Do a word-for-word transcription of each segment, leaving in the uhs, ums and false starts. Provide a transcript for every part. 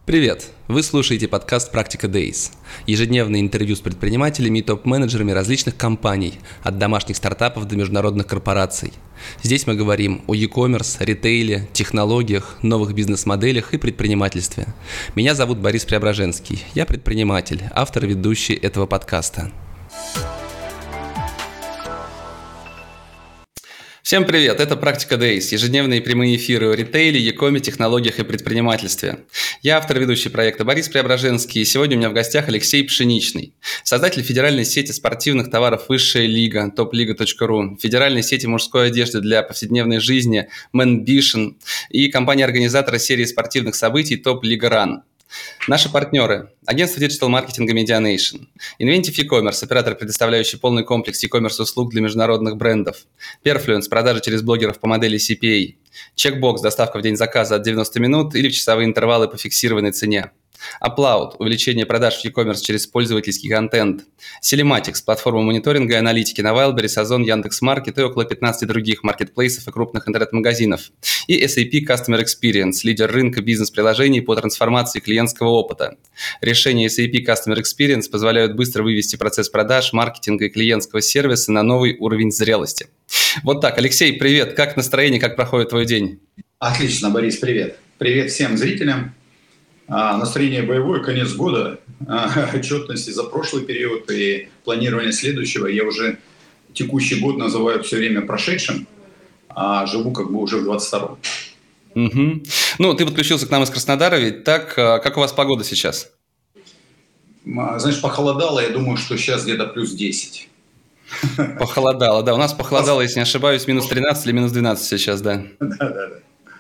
Привет! Вы слушаете подкаст «Практика Days». Ежедневное интервью с предпринимателями и топ-менеджерами различных компаний, от домашних стартапов до международных корпораций. Здесь мы говорим о e-commerce, ритейле, технологиях, новых бизнес-моделях и предпринимательстве. Меня зовут Борис Преображенский. Я предприниматель, автор и ведущий этого подкаста. Всем привет! Это «Практика Days», ежедневные прямые эфиры о ритейле, e-коме, технологиях и предпринимательстве. Я автор и ведущий проекта Борис Преображенский, и сегодня у меня в гостях Алексей Пшеничный, создатель федеральной сети спортивных товаров «Высшая лига» топ лига точка ру, федеральной сети мужской одежды для повседневной жизни «Мэнбишн» и компании-организатора серии спортивных событий «Топ Лига Ран». Наши партнеры – агентство диджитал-маркетинга Medianation, Inventive e-commerce, оператор, предоставляющий полный комплекс e-commerce услуг для международных брендов, Perfluence, продажи через блогеров по модели си пи эй, Checkbox, доставка в день заказа от девяносто минут или в часовые интервалы по фиксированной цене, Upload, увеличение продаж в e-commerce через пользовательский контент, Selematics, платформа мониторинга и аналитики на Wildberries, Озон, Яндекс.Маркет и около пятнадцати других маркетплейсов и крупных интернет-магазинов, и эс эй пи Customer Experience, лидер рынка бизнес-приложений по трансформации клиентского опыта. Решения эс эй пи Customer Experience позволяют быстро вывести процесс продаж, маркетинга и клиентского сервиса на новый уровень зрелости. Вот так. Алексей, привет. Как настроение, как проходит твой день? Отлично, Борис, привет. Привет всем зрителям. А, настроение боевое, конец года, а, отчетности за прошлый период и планирование следующего. Я уже текущий год называю все время прошедшим, а живу как бы уже в двадцать втором. Угу. Ну, ты подключился к нам из Краснодара, ведь так? Как у вас погода сейчас? Знаешь, похолодало, я думаю, что сейчас где-то плюс десять. Похолодало, да. У нас похолодало, если не ошибаюсь, минус тринадцать или минус двенадцать сейчас, да. Да, да, да.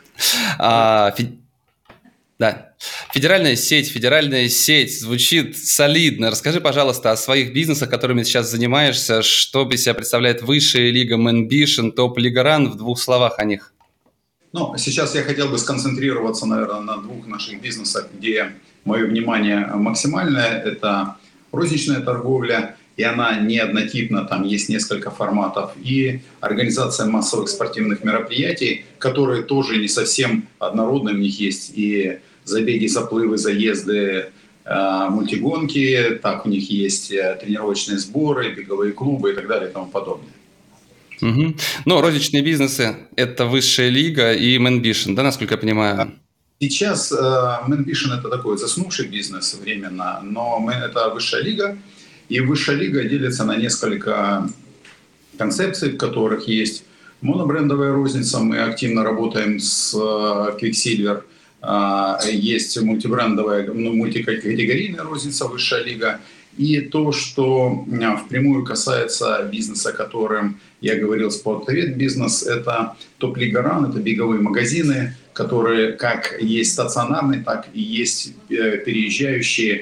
А, фи... Да. Федеральная сеть, федеральная сеть звучит солидно. Расскажи, пожалуйста, о своих бизнесах, которыми ты сейчас занимаешься. Что из себя представляет Высшая лига, Мэнбишн, топ Лига Ран? В двух словах о них. Ну, сейчас я хотел бы сконцентрироваться, наверное, на двух наших бизнесах, где мое внимание максимальное. Это розничная торговля, и она не однотипна, там есть несколько форматов, и организация массовых спортивных мероприятий, которые тоже не совсем однородны, у них есть и забеги, заплывы, заезды, э, мультигонки, так у них есть тренировочные сборы, беговые клубы и так далее и тому подобное. Угу. Ну, розничные бизнесы – это Высшая лига и Мэнбишн, да, насколько я понимаю? Сейчас э, Мэнбишн – это такой заснувший бизнес временно, но это Высшая лига, и Высшая лига делится на несколько концепций, в которых есть монобрендовая розница, мы активно работаем с Quicksilver, есть мультибрендовая, ну, мультикатегорийная розница Высшая лига, и то, что впрямую касается бизнеса, которым я говорил, спортовед бизнес, это топ Лига Ран, это беговые магазины, которые как есть стационарные, так и есть переезжающие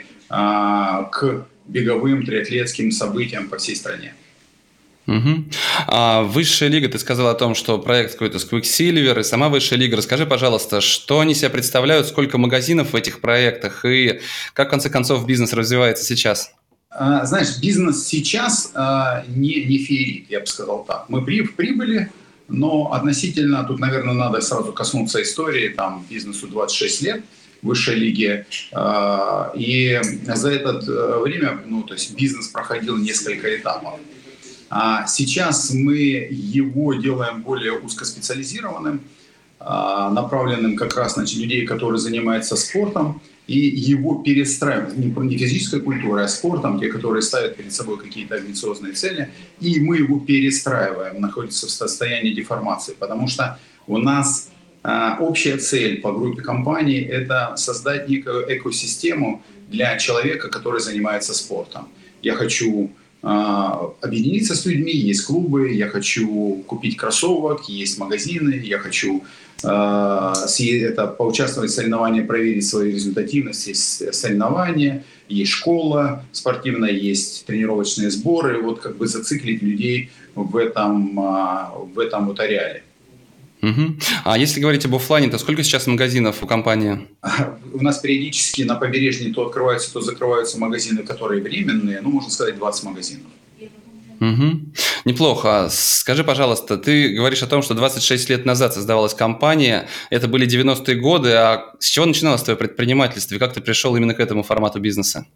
к беговым триатлетским событиям по всей стране. Угу. А Высшая лига, ты сказал о том, что проект какой-то с Quicksilver и сама Высшая лига. Расскажи, пожалуйста, что они себя представляют, сколько магазинов в этих проектах и как, в конце концов, бизнес развивается сейчас? А, знаешь, бизнес сейчас а, не, не феерит, я бы сказал так. Мы при, в прибыли, но относительно, тут, наверное, надо сразу коснуться истории, там бизнесу двадцать шесть лет, Высшей лиге, а, и за это время, ну, то есть бизнес проходил несколько этапов. А сейчас мы его делаем более узкоспециализированным, направленным как раз на людей, которые занимаются спортом, и его перестраиваем, не физической культурой, а спортом, те, которые ставят перед собой какие-то амбициозные цели, и мы его перестраиваем, находится в состоянии деформации, потому что у нас общая цель по группе компаний – это создать некую экосистему для человека, который занимается спортом. Я хочу объединиться с людьми, есть клубы, я хочу купить кроссовок, есть магазины, я хочу э, это, поучаствовать в соревнованиях, проверить свою результативность, есть соревнования, есть школа спортивная, есть тренировочные сборы, вот как бы зациклить людей в этом, в этом вот ареале. Угу. А если говорить об офлайне, то сколько сейчас магазинов у компании? У нас периодически на побережье то открываются, то закрываются магазины, которые временные, ну, можно сказать, двадцать магазинов. Угу. Неплохо. Скажи, пожалуйста, ты говоришь о том, что двадцать шесть лет назад создавалась компания, это были девяностые годы, а с чего начиналось твое предпринимательство и как ты пришел именно к этому формату бизнеса?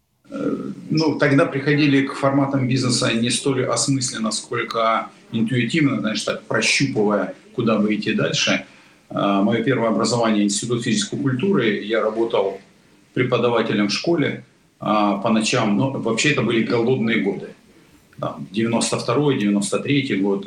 Ну, тогда приходили к форматам бизнеса не столь осмысленно, сколько интуитивно, знаешь, так прощупывая, куда бы идти дальше. Мое первое образование — Институт физической культуры. Я работал преподавателем в школе по ночам. Но вообще это были голодные годы. девяносто второй, девяносто третий год.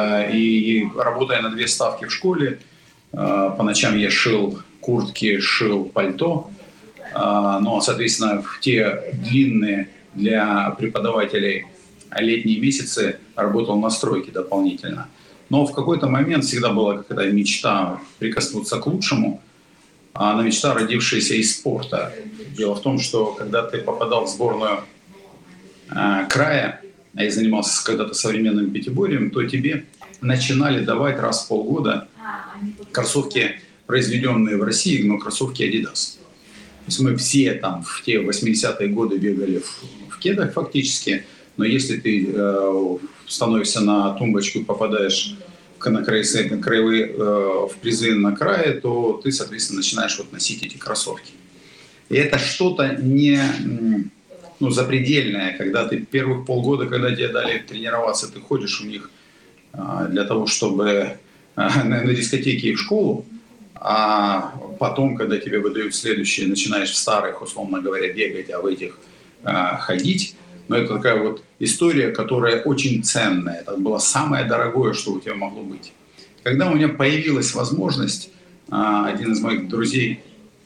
И работая на две ставки в школе, по ночам я шил куртки, шил пальто. Но, соответственно, в те длинные для преподавателей летние месяцы работал на стройке дополнительно. Но в какой-то момент всегда была какая-то мечта прикоснуться к лучшему. А она мечта, родившаяся из спорта. Дело в том, что когда ты попадал в сборную э, края, а я занимался когда-то современным пятиборьем, то тебе начинали давать раз в полгода кроссовки, произведенные в России, но кроссовки Adidas. То есть мы все там в те восьмидесятые годы бегали в, в кедах фактически, но если ты э, становишься на тумбочку и попадаешь в, на краевые, краевые, э, в призы на крае, то ты, соответственно, начинаешь вот носить эти кроссовки. И это что-то не ну, запредельное, когда ты первых полгода, когда тебе дали тренироваться, ты ходишь у них э, для того, чтобы э, на, на дискотеке и в школу, а потом, когда тебе выдают следующие, начинаешь в старых, условно говоря, бегать, а в этих э, ходить. Но это такая вот история, которая очень ценная. Это было самое дорогое, что у тебя могло быть. Когда у меня появилась возможность, э, один из моих друзей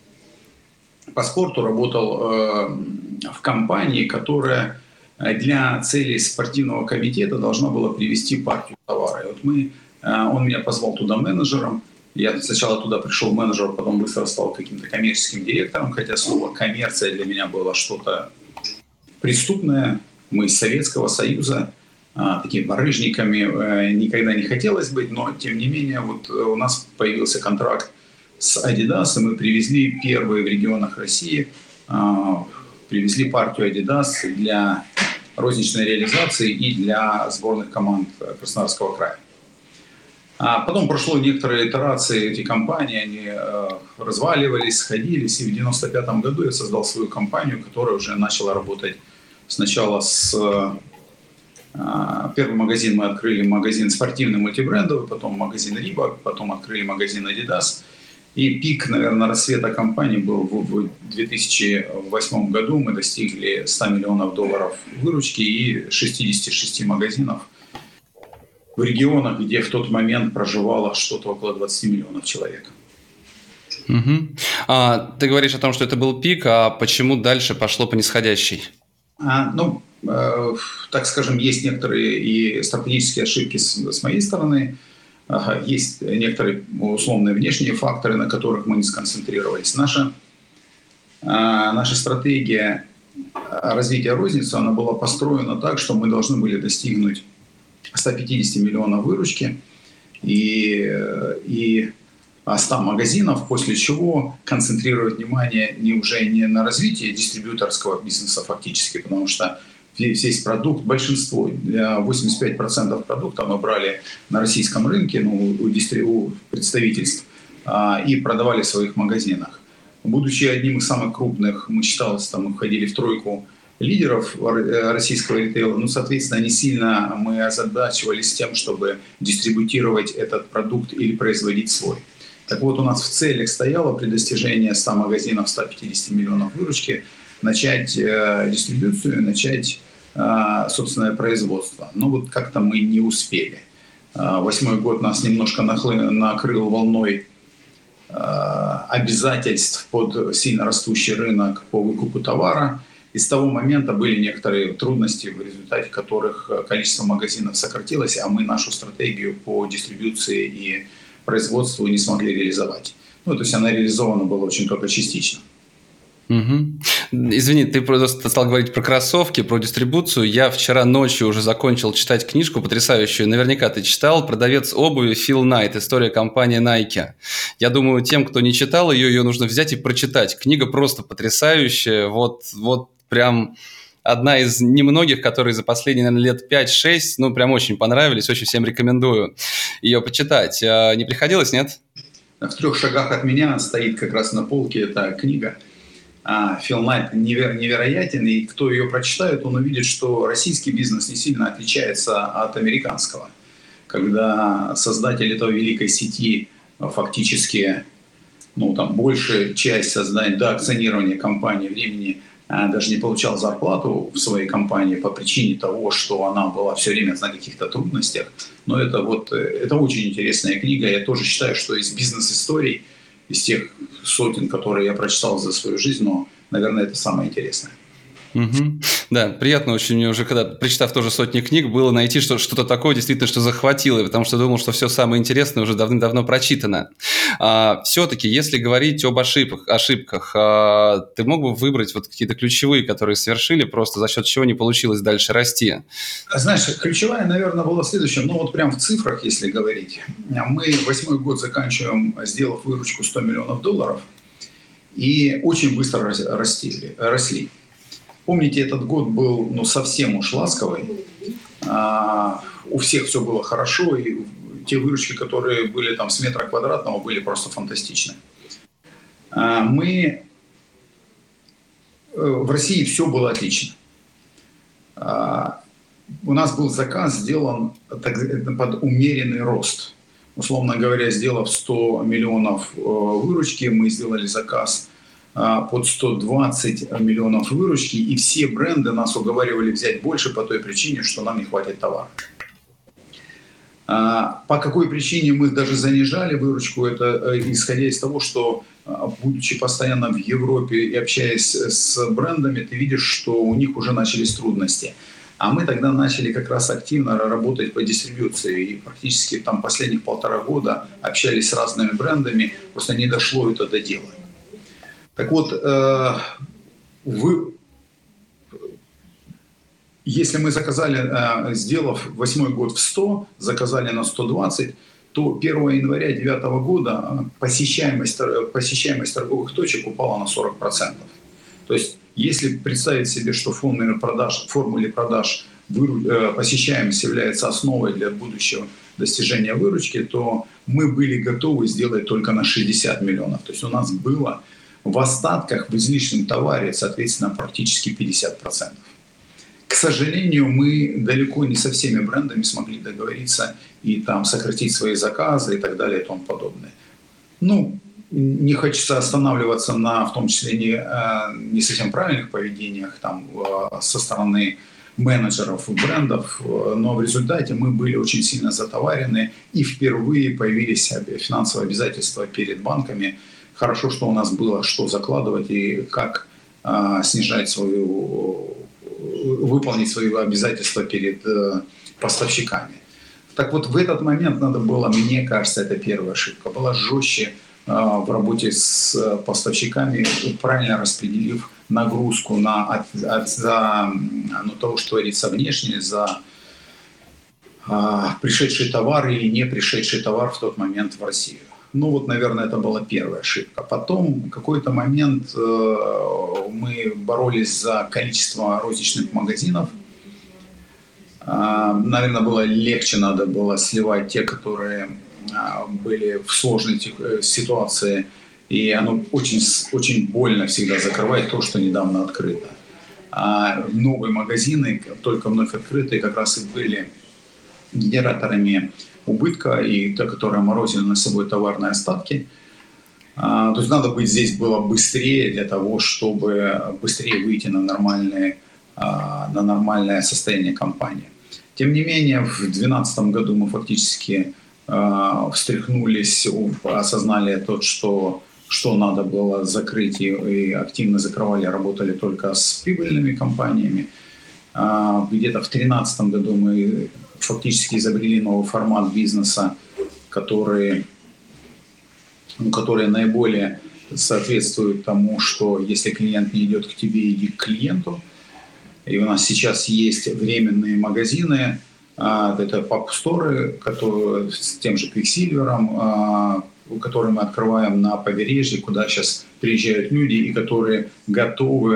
по спорту работал э, в компании, которая для целей спортивного комитета должна была привезти партию товара. И вот мы, э, он меня позвал туда менеджером. Я сначала туда пришел менеджером, потом быстро стал каким-то коммерческим директором, хотя слово «коммерция» для меня было что-то преступное. Мы из Советского Союза, такими барыжниками никогда не хотелось быть, но тем не менее вот у нас появился контракт с Adidas, и мы привезли первые в регионах России, привезли партию Adidas для розничной реализации и для сборных команд Краснодарского края. А потом прошло некоторые итерации, эти компании, они э, разваливались, сходились, и в девяносто пятом году я создал свою компанию, которая уже начала работать сначала с... Э, первый магазин мы открыли, магазин спортивный мультибрендовый, потом магазин Reebok, потом открыли магазин Adidas. И пик, наверное, рассвета компании был в, в две тысячи восьмом году, мы достигли ста миллионов долларов выручки и шестидесяти шести магазинов в регионах, где в тот момент проживало что-то около двадцати миллионов человек. Угу. А, ты говоришь о том, что это был пик, а почему дальше пошло по нисходящей? А, ну, э, так скажем, есть некоторые и стратегические ошибки с, с моей стороны, ага, есть некоторые условные внешние факторы, на которых мы не сконцентрировались. Наша, э, наша стратегия развития розницы, она была построена так, что мы должны были достигнуть ста пятидесяти миллионов выручки и, и ста магазинов, после чего концентрировать внимание не уже не на развитии дистрибьюторского бизнеса фактически, потому что весь продукт, большинство, восемьдесят пять процентов продукта мы брали на российском рынке, ну, у, дистри, у представительств, а, и продавали в своих магазинах. Будучи одним из самых крупных, мы считалось, там, мы входили в тройку лидеров российского ритейла, ну, соответственно, не сильно мы озадачивались тем, чтобы дистрибутировать этот продукт или производить свой. Так вот, у нас в целях стояло при достижении ста магазинов, ста пятидесяти миллионов выручки начать э, дистрибуцию, начать э, собственное производство. Но вот как-то мы не успели. Э, восьмой год нас немножко нахлы, накрыл волной э, обязательств под сильно растущий рынок по выкупу товара. И с того момента были некоторые трудности, в результате которых количество магазинов сократилось, а мы нашу стратегию по дистрибуции и производству не смогли реализовать. Ну, то есть она реализована была очень только частично. Угу. Извини, ты просто стал говорить про кроссовки, про дистрибуцию. Я вчера ночью уже закончил читать книжку потрясающую. Наверняка ты читал. «Продавец обуви» Фил Найт. История компании Nike. Я думаю, тем, кто не читал ее, ее нужно взять и прочитать. Книга просто потрясающая. Вот, вот прям одна из немногих, которые за последние, наверное, лет пять-шесть, ну, прям очень понравились, очень всем рекомендую ее почитать. Не приходилось, нет? В трех шагах от меня стоит как раз на полке эта книга. Фил Найт неверо- невероятен, и кто ее прочитает, он увидит, что российский бизнес не сильно отличается от американского. Когда создатель этой великой сети фактически, ну, там, большая часть создания, до акционирования компании времени а, даже не получал зарплату в своей компании по причине того, что она была все время на каких-то трудностях. Но это вот, это очень интересная книга. Я тоже считаю, что из бизнес-историй, из тех сотен, которые я прочитал за свою жизнь, но, наверное, это самое интересное. Угу. Да, приятно очень мне уже, когда, прочитав тоже сотни книг, было найти что- что-то такое, действительно, что захватило, потому что думал, что все самое интересное уже давным-давно прочитано. А, все-таки, если говорить об ошибках, ошибках а, ты мог бы выбрать вот какие-то ключевые, которые совершили, просто за счет чего не получилось дальше расти? Знаешь, ключевая, наверное, была следующая. Ну, вот прям в цифрах, если говорить. Мы восьмой год заканчиваем, сделав выручку сто миллионов долларов, и очень быстро росли. росли. Помните, этот год был, ну, совсем уж ласковый. А, у всех все было хорошо, и те выручки, которые были там с метра квадратного, были просто фантастичны. А, мы... В России все было отлично. А, у нас был заказ сделан под умеренный рост. Условно говоря, сделав сто миллионов выручки, мы сделали заказ под сто двадцать миллионов выручки, и все бренды нас уговаривали взять больше по той причине, что нам не хватит товара. По какой причине мы даже занижали выручку, это исходя из того, что, будучи постоянно в Европе и общаясь с брендами, ты видишь, что у них уже начались трудности. А мы тогда начали как раз активно работать по дистрибьюции. И практически там последних полтора года общались с разными брендами, просто не дошло это до дела. Так вот, э, вы, если мы заказали, э, сделав восьмой год в сто, заказали на сто двадцать, то первого января две тысячи девятого года посещаемость, посещаемость торговых точек упала на сорок процентов. То есть, если представить себе, что в формуле продаж, формуле продаж выру, э, посещаемость является основой для будущего достижения выручки, то мы были готовы сделать только на шестьдесят миллионов. То есть у нас было в остатках, в излишнем товаре, соответственно, практически пятьдесят процентов. К сожалению, мы далеко не со всеми брендами смогли договориться и там сократить свои заказы и так далее и тому подобное. Ну, не хочется останавливаться на, в том числе, не, не совсем правильных поведениях там, со стороны менеджеров и брендов, но в результате мы были очень сильно затоварены, и впервые появились финансовые обязательства перед банками. Хорошо, что у нас было что закладывать и как а, снижать свою, выполнить свои обязательства перед а, поставщиками. Так вот, в этот момент надо было, мне кажется, это первая ошибка, была жестче а, в работе с поставщиками, правильно распределив нагрузку на, от, от, за ну, то, что творится внешне, за а, пришедший товар или не пришедший товар в тот момент в Россию. Ну вот, наверное, это была первая ошибка. Потом в какой-то момент э, мы боролись за количество розничных магазинов. Э, наверное, было легче, надо было сливать те, которые э, были в сложной ситуации. И оно очень, очень больно всегда закрывать то, что недавно открыто. А новые магазины, только вновь открытые, как раз и были генераторами убытка и та, которая морозила на собой товарные остатки. А, то есть надо быть здесь было быстрее для того, чтобы быстрее выйти на нормальное, а, на нормальное состояние компании. Тем не менее, в две тысячи двенадцатом году мы фактически а, встряхнулись, осознали то, что, что надо было закрыть, и, и активно закрывали, работали только с прибыльными компаниями. А, где-то в две тысячи тринадцатом году мы фактически изобрели новый формат бизнеса, который, ну, который наиболее соответствует тому, что если клиент не идет к тебе, иди к клиенту. И у нас сейчас есть временные магазины, это пап-сторы, которые с тем же Quicksilver, которые мы открываем на побережье, куда сейчас приезжают люди и которые готовы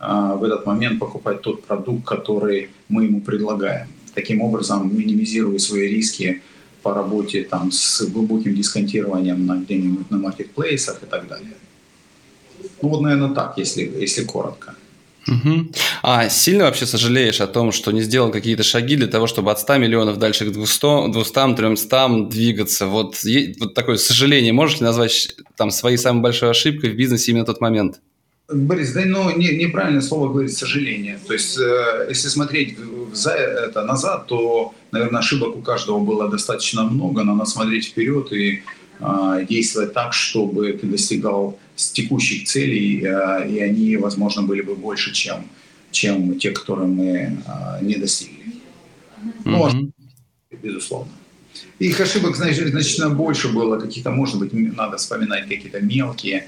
в этот момент покупать тот продукт, который мы ему предлагаем. Таким образом, минимизируя свои риски по работе там, с глубоким дисконтированием на где-нибудь на маркетплейсах и так далее. Ну вот, наверное, так, если, если коротко. Угу. А сильно вообще сожалеешь о том, что не сделал какие-то шаги для того, чтобы от ста миллионов дальше к двухстам, двухстам, трёмстам двигаться? Вот, вот такое сожаление. Можешь ли назвать там своей самой большой ошибкой в бизнесе именно тот момент? Борис, да, ну, не, неправильное слово говорить «сожаление». То есть, э, если смотреть за это назад, то, наверное, ошибок у каждого было достаточно много, но надо смотреть вперед и э, действовать так, чтобы ты достигал текущих целей, э, и они, возможно, были бы больше, чем, чем те, которые мы э, не достигли. Ну, mm-hmm. безусловно. Их ошибок, значит, значительно больше было, каких-то, может быть, надо вспоминать какие-то мелкие.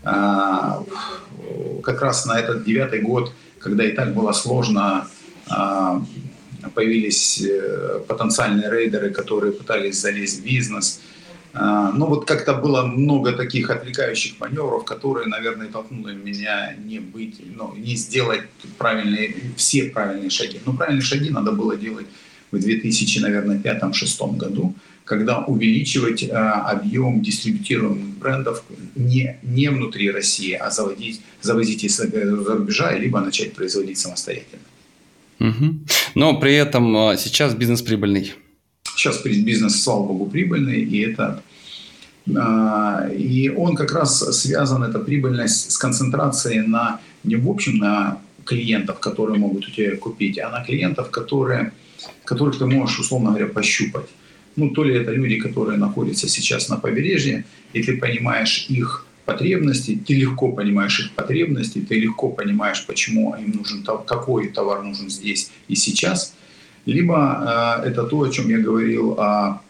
Как раз на этот девятый год, когда и так было сложно, появились потенциальные рейдеры, которые пытались залезть в бизнес. Но вот как-то было много таких отвлекающих маневров, которые, наверное, толкнули меня не быть, ну, не сделать правильные, все правильные шаги. Но правильные шаги надо было делать в две тысячи пятом-шестом году, когда увеличивать э, объем дистрибутируемых брендов не, не внутри России, а заводить, завозить из-за рубежа, либо начать производить самостоятельно. Угу. Но при этом сейчас бизнес прибыльный. Сейчас бизнес, слава богу, прибыльный, и это э, и он как раз связан, эта прибыльность, с концентрацией на, не в общем на клиентов, которые могут у тебя купить, а на клиентов, которые, которых ты можешь, условно говоря, пощупать. Ну, то ли это люди, которые находятся сейчас на побережье, и ты понимаешь их потребности, ты легко понимаешь их потребности, ты легко понимаешь, почему им нужен, какой товар нужен здесь и сейчас. Либо э, это то, о чем я говорил, о,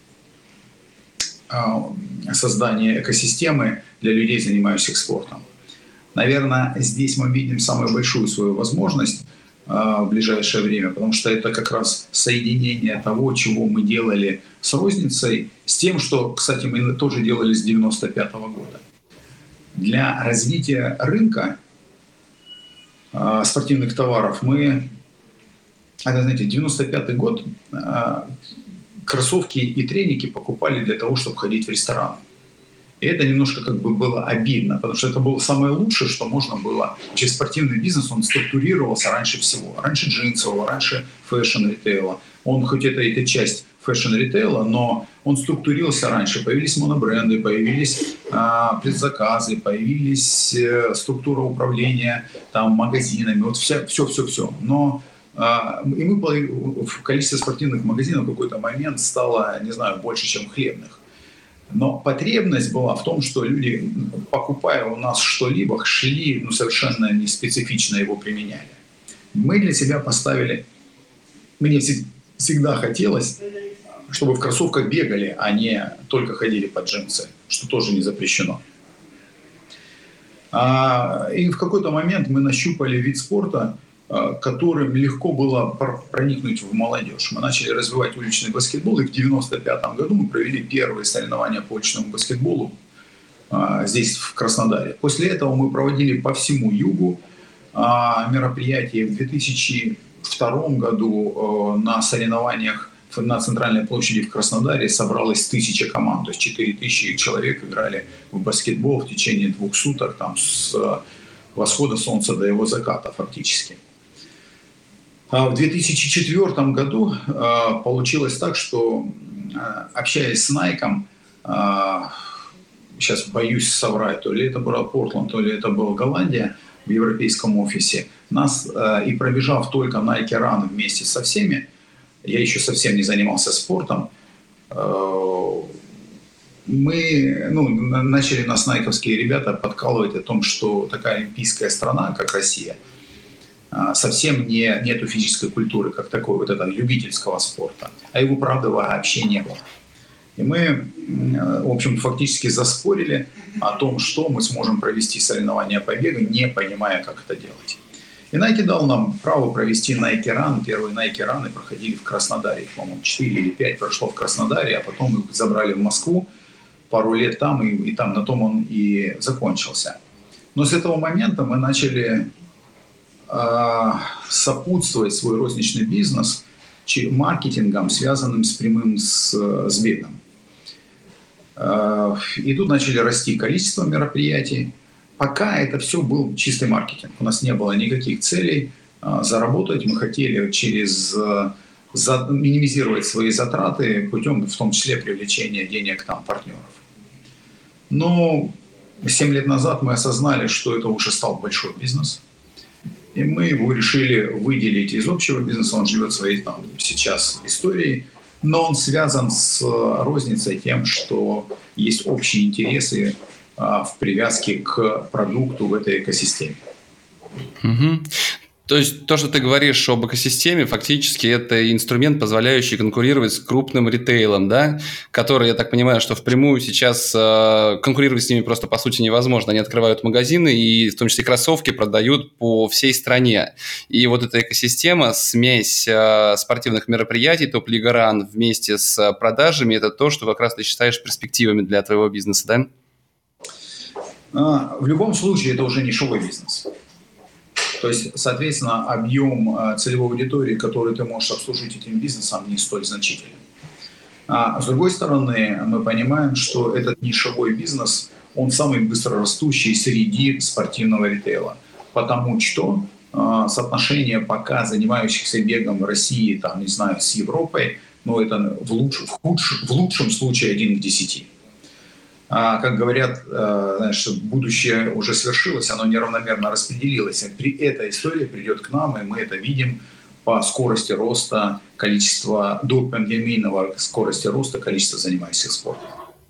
о создании экосистемы для людей, занимающихся спортом. Наверное, здесь мы видим самую большую свою возможность в ближайшее время, потому что это как раз соединение того, чего мы делали с розницей, с тем, что, кстати, мы тоже делали с девяносто пятого года. Для развития рынка э, спортивных товаров мы, это, знаете, девяносто пятый год, э, кроссовки и треники покупали для того, чтобы ходить в рестораны. И это немножко как бы было обидно, потому что это было самое лучшее, что можно было. Вообще спортивный бизнес, он структурировался раньше всего. Раньше джинсового, раньше фэшн-ритейла. Он, хоть это и часть фэшн-ритейла, но он структурировался раньше. Появились монобренды, появились а, предзаказы, появились а, структура управления там, магазинами. Вот все-все-все. Но а, и мы, в количестве спортивных магазинов в какой-то момент стало, не знаю, больше, чем хлебных. Но потребность была в том, что люди, покупая у нас что-либо, шли, ну, совершенно не специфично его применяли. Мы для себя поставили, мне всегда хотелось, чтобы в кроссовках бегали, а не только ходили под джинсы, что тоже не запрещено. И в какой-то момент мы нащупали вид спорта, которым легко было проникнуть в молодежь. Мы начали развивать уличный баскетбол, и в девяносто пятом году мы провели первые соревнования по уличному баскетболу здесь, в Краснодаре. После этого мы проводили по всему югу мероприятия. В две тысячи втором году на соревнованиях на центральной площади в Краснодаре собралось тысяча команд, то есть четыре тысячи человек играли в баскетбол в течение двух суток, там, с восхода солнца до его заката фактически. В две тысячи четвёртом году э, получилось так, что, э, общаясь с Nike, э, сейчас боюсь соврать, то ли это был Портланд, то ли это была Голландия в европейском офисе, нас, э, и пробежав только Nike Run вместе со всеми, я еще совсем не занимался спортом, э, мы, ну, начали нас найковские ребята подкалывать о том, что такая олимпийская страна, как Россия, совсем не, нету физической культуры, как такой вот этого любительского спорта. А его, правда, вообще не было. И мы, в общем, фактически заспорили о том, что мы сможем провести соревнования по бегу, не понимая, как это делать. И Nike дал нам право провести Nike Run. Первые Nike Run проходили в Краснодаре. По-моему, четыре или пять прошло в Краснодаре, а потом их забрали в Москву. Пару лет там, и, и там на том он и закончился. Но с этого момента мы начали сопутствовать свой розничный бизнес маркетингом, связанным с прямым с, с бегом. И тут начали расти количество мероприятий. Пока это все был чистый маркетинг. У нас не было никаких целей заработать. Мы хотели через за, минимизировать свои затраты путем, в том числе, привлечения денег там, партнеров. Но семь лет назад мы осознали, что это уже стал большой бизнес. И мы его решили выделить из общего бизнеса. Он живет своей там, сейчас историей. Но он связан с розницей тем, что есть общие интересы а, в привязке к продукту в этой экосистеме. Угу. То есть то, что ты говоришь об экосистеме, фактически это инструмент, позволяющий конкурировать с крупным ритейлом, да, который, я так понимаю, что впрямую сейчас э, конкурировать с ними просто по сути невозможно. Они открывают магазины и в том числе кроссовки продают по всей стране. И вот эта экосистема, смесь э, спортивных мероприятий, топ-лига ран вместе с продажами, это то, что как раз ты считаешь перспективами для твоего бизнеса, да? В любом случае это уже нишевой бизнес. То есть, соответственно, объем целевой аудитории, который ты можешь обслужить этим бизнесом, не столь значителен. А с другой стороны, мы понимаем, что этот нишевой бизнес, он самый быстрорастущий среди спортивного ритейла. Потому что а, соотношение пока занимающихся бегом в России, там, не знаю, с Европой, ну, это в, луч, в, худш, в лучшем случае один к десяти. А, как говорят, э, знаешь, будущее уже свершилось, оно неравномерно распределилось. При этой истории придет к нам, и мы это видим по скорости роста количества, до пандемийного скорости роста количества занимающихся спортом.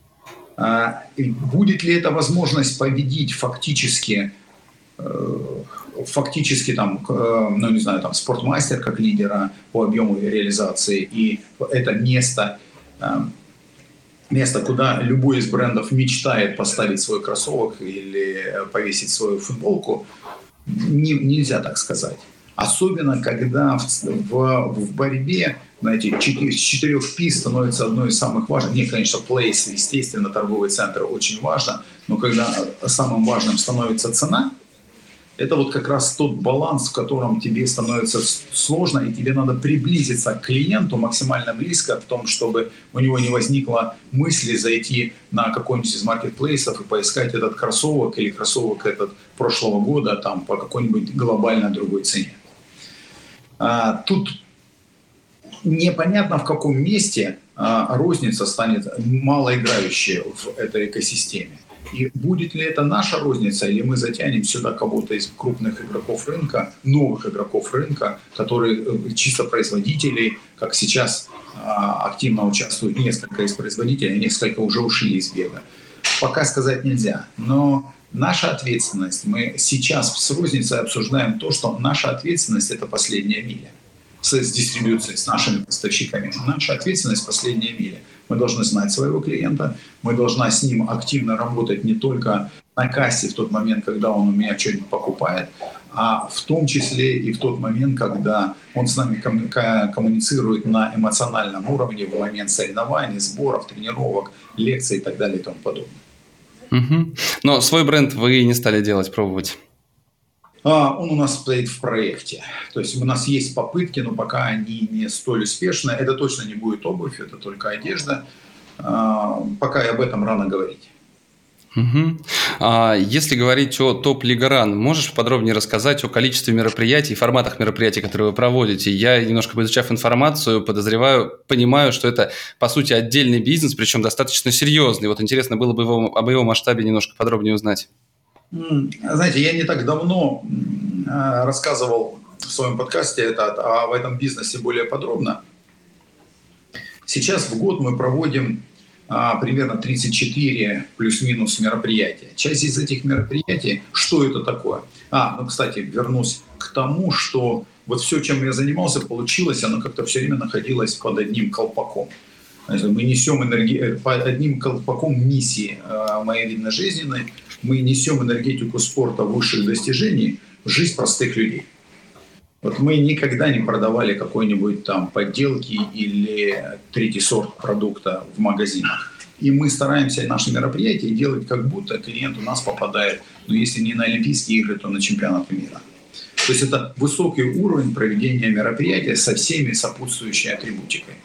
А, и будет ли это возможность победить фактически, э, фактически там, э, ну не знаю, там спортмастер как лидера по объему реализации, и это место, э, место, куда любой из брендов мечтает поставить свой кроссовок или повесить свою футболку, не, нельзя так сказать. Особенно, когда в, в, в борьбе, знаете, с четырех пи становится одной из самых важных. Не, конечно, place, естественно, торговый центр очень важно, но когда самым важным становится цена, это вот как раз тот баланс, в котором тебе становится сложно, и тебе надо приблизиться к клиенту максимально близко, в том, чтобы у него не возникло мысли зайти на какой-нибудь из маркетплейсов и поискать этот кроссовок или кроссовок этот прошлого года там, по какой-нибудь глобально другой цене. А, тут непонятно, в каком месте а, розница станет малоиграющей в этой экосистеме. И будет ли это наша розница, или мы затянем сюда кого-то из крупных игроков рынка, новых игроков рынка, которые чисто производители, как сейчас а, активно участвуют несколько из производителей, несколько уже ушли из бега. Пока сказать нельзя. Но наша ответственность, мы сейчас с розницей обсуждаем то, что наша ответственность – это последняя миля. С, с дистрибьюцией, с нашими поставщиками. Наша ответственность – последняя миля. Мы должны знать своего клиента, мы должны с ним активно работать не только на кассе в тот момент, когда он у меня что-нибудь покупает, а в том числе и в тот момент, когда он с нами коммуницирует на эмоциональном уровне в момент соревнований, сборов, тренировок, лекций и так далее и тому подобное. Угу. Но свой бренд вы не стали делать, пробовать? А, он у нас стоит в проекте. То есть у нас есть попытки, но пока они не столь успешны. Это точно не будет обувь, это только одежда. А, пока и об этом рано говорить. Угу. А если говорить о топ-лига ран, можешь подробнее рассказать о количестве мероприятий, форматах мероприятий, которые вы проводите? Я, немножко поизучав информацию, подозреваю, понимаю, что это, по сути, отдельный бизнес, причем достаточно серьезный. Вот интересно было бы его, об его масштабе немножко подробнее узнать. Знаете, я не так давно рассказывал в своем подкасте это, а в этом бизнесе более подробно. Сейчас в год мы проводим а, примерно тридцать четыре плюс-минус мероприятия. Часть из этих мероприятий, что это такое? А, ну, кстати, вернусь к тому, что вот все, чем я занимался, получилось, оно как-то все время находилось под одним колпаком. Мы несем энерги... под одним колпаком миссии моей видно-жизненной. Мы несем энергетику спорта высших достижений в жизнь простых людей. Вот мы никогда не продавали какой-нибудь там подделки или третий сорт продукта в магазинах. И мы стараемся наши мероприятия делать, как будто клиент у нас попадает, ну если не на Олимпийские игры, то на чемпионаты мира. То есть это высокий уровень проведения мероприятия со всеми сопутствующей атрибутикой.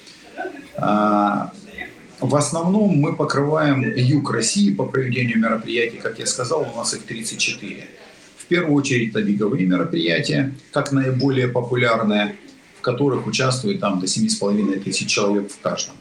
В основном мы покрываем юг России по проведению мероприятий. Как я сказал, у нас их тридцать четыре. В первую очередь это беговые мероприятия, как наиболее популярные, в которых участвует там до семь с половиной тысяч человек в каждом.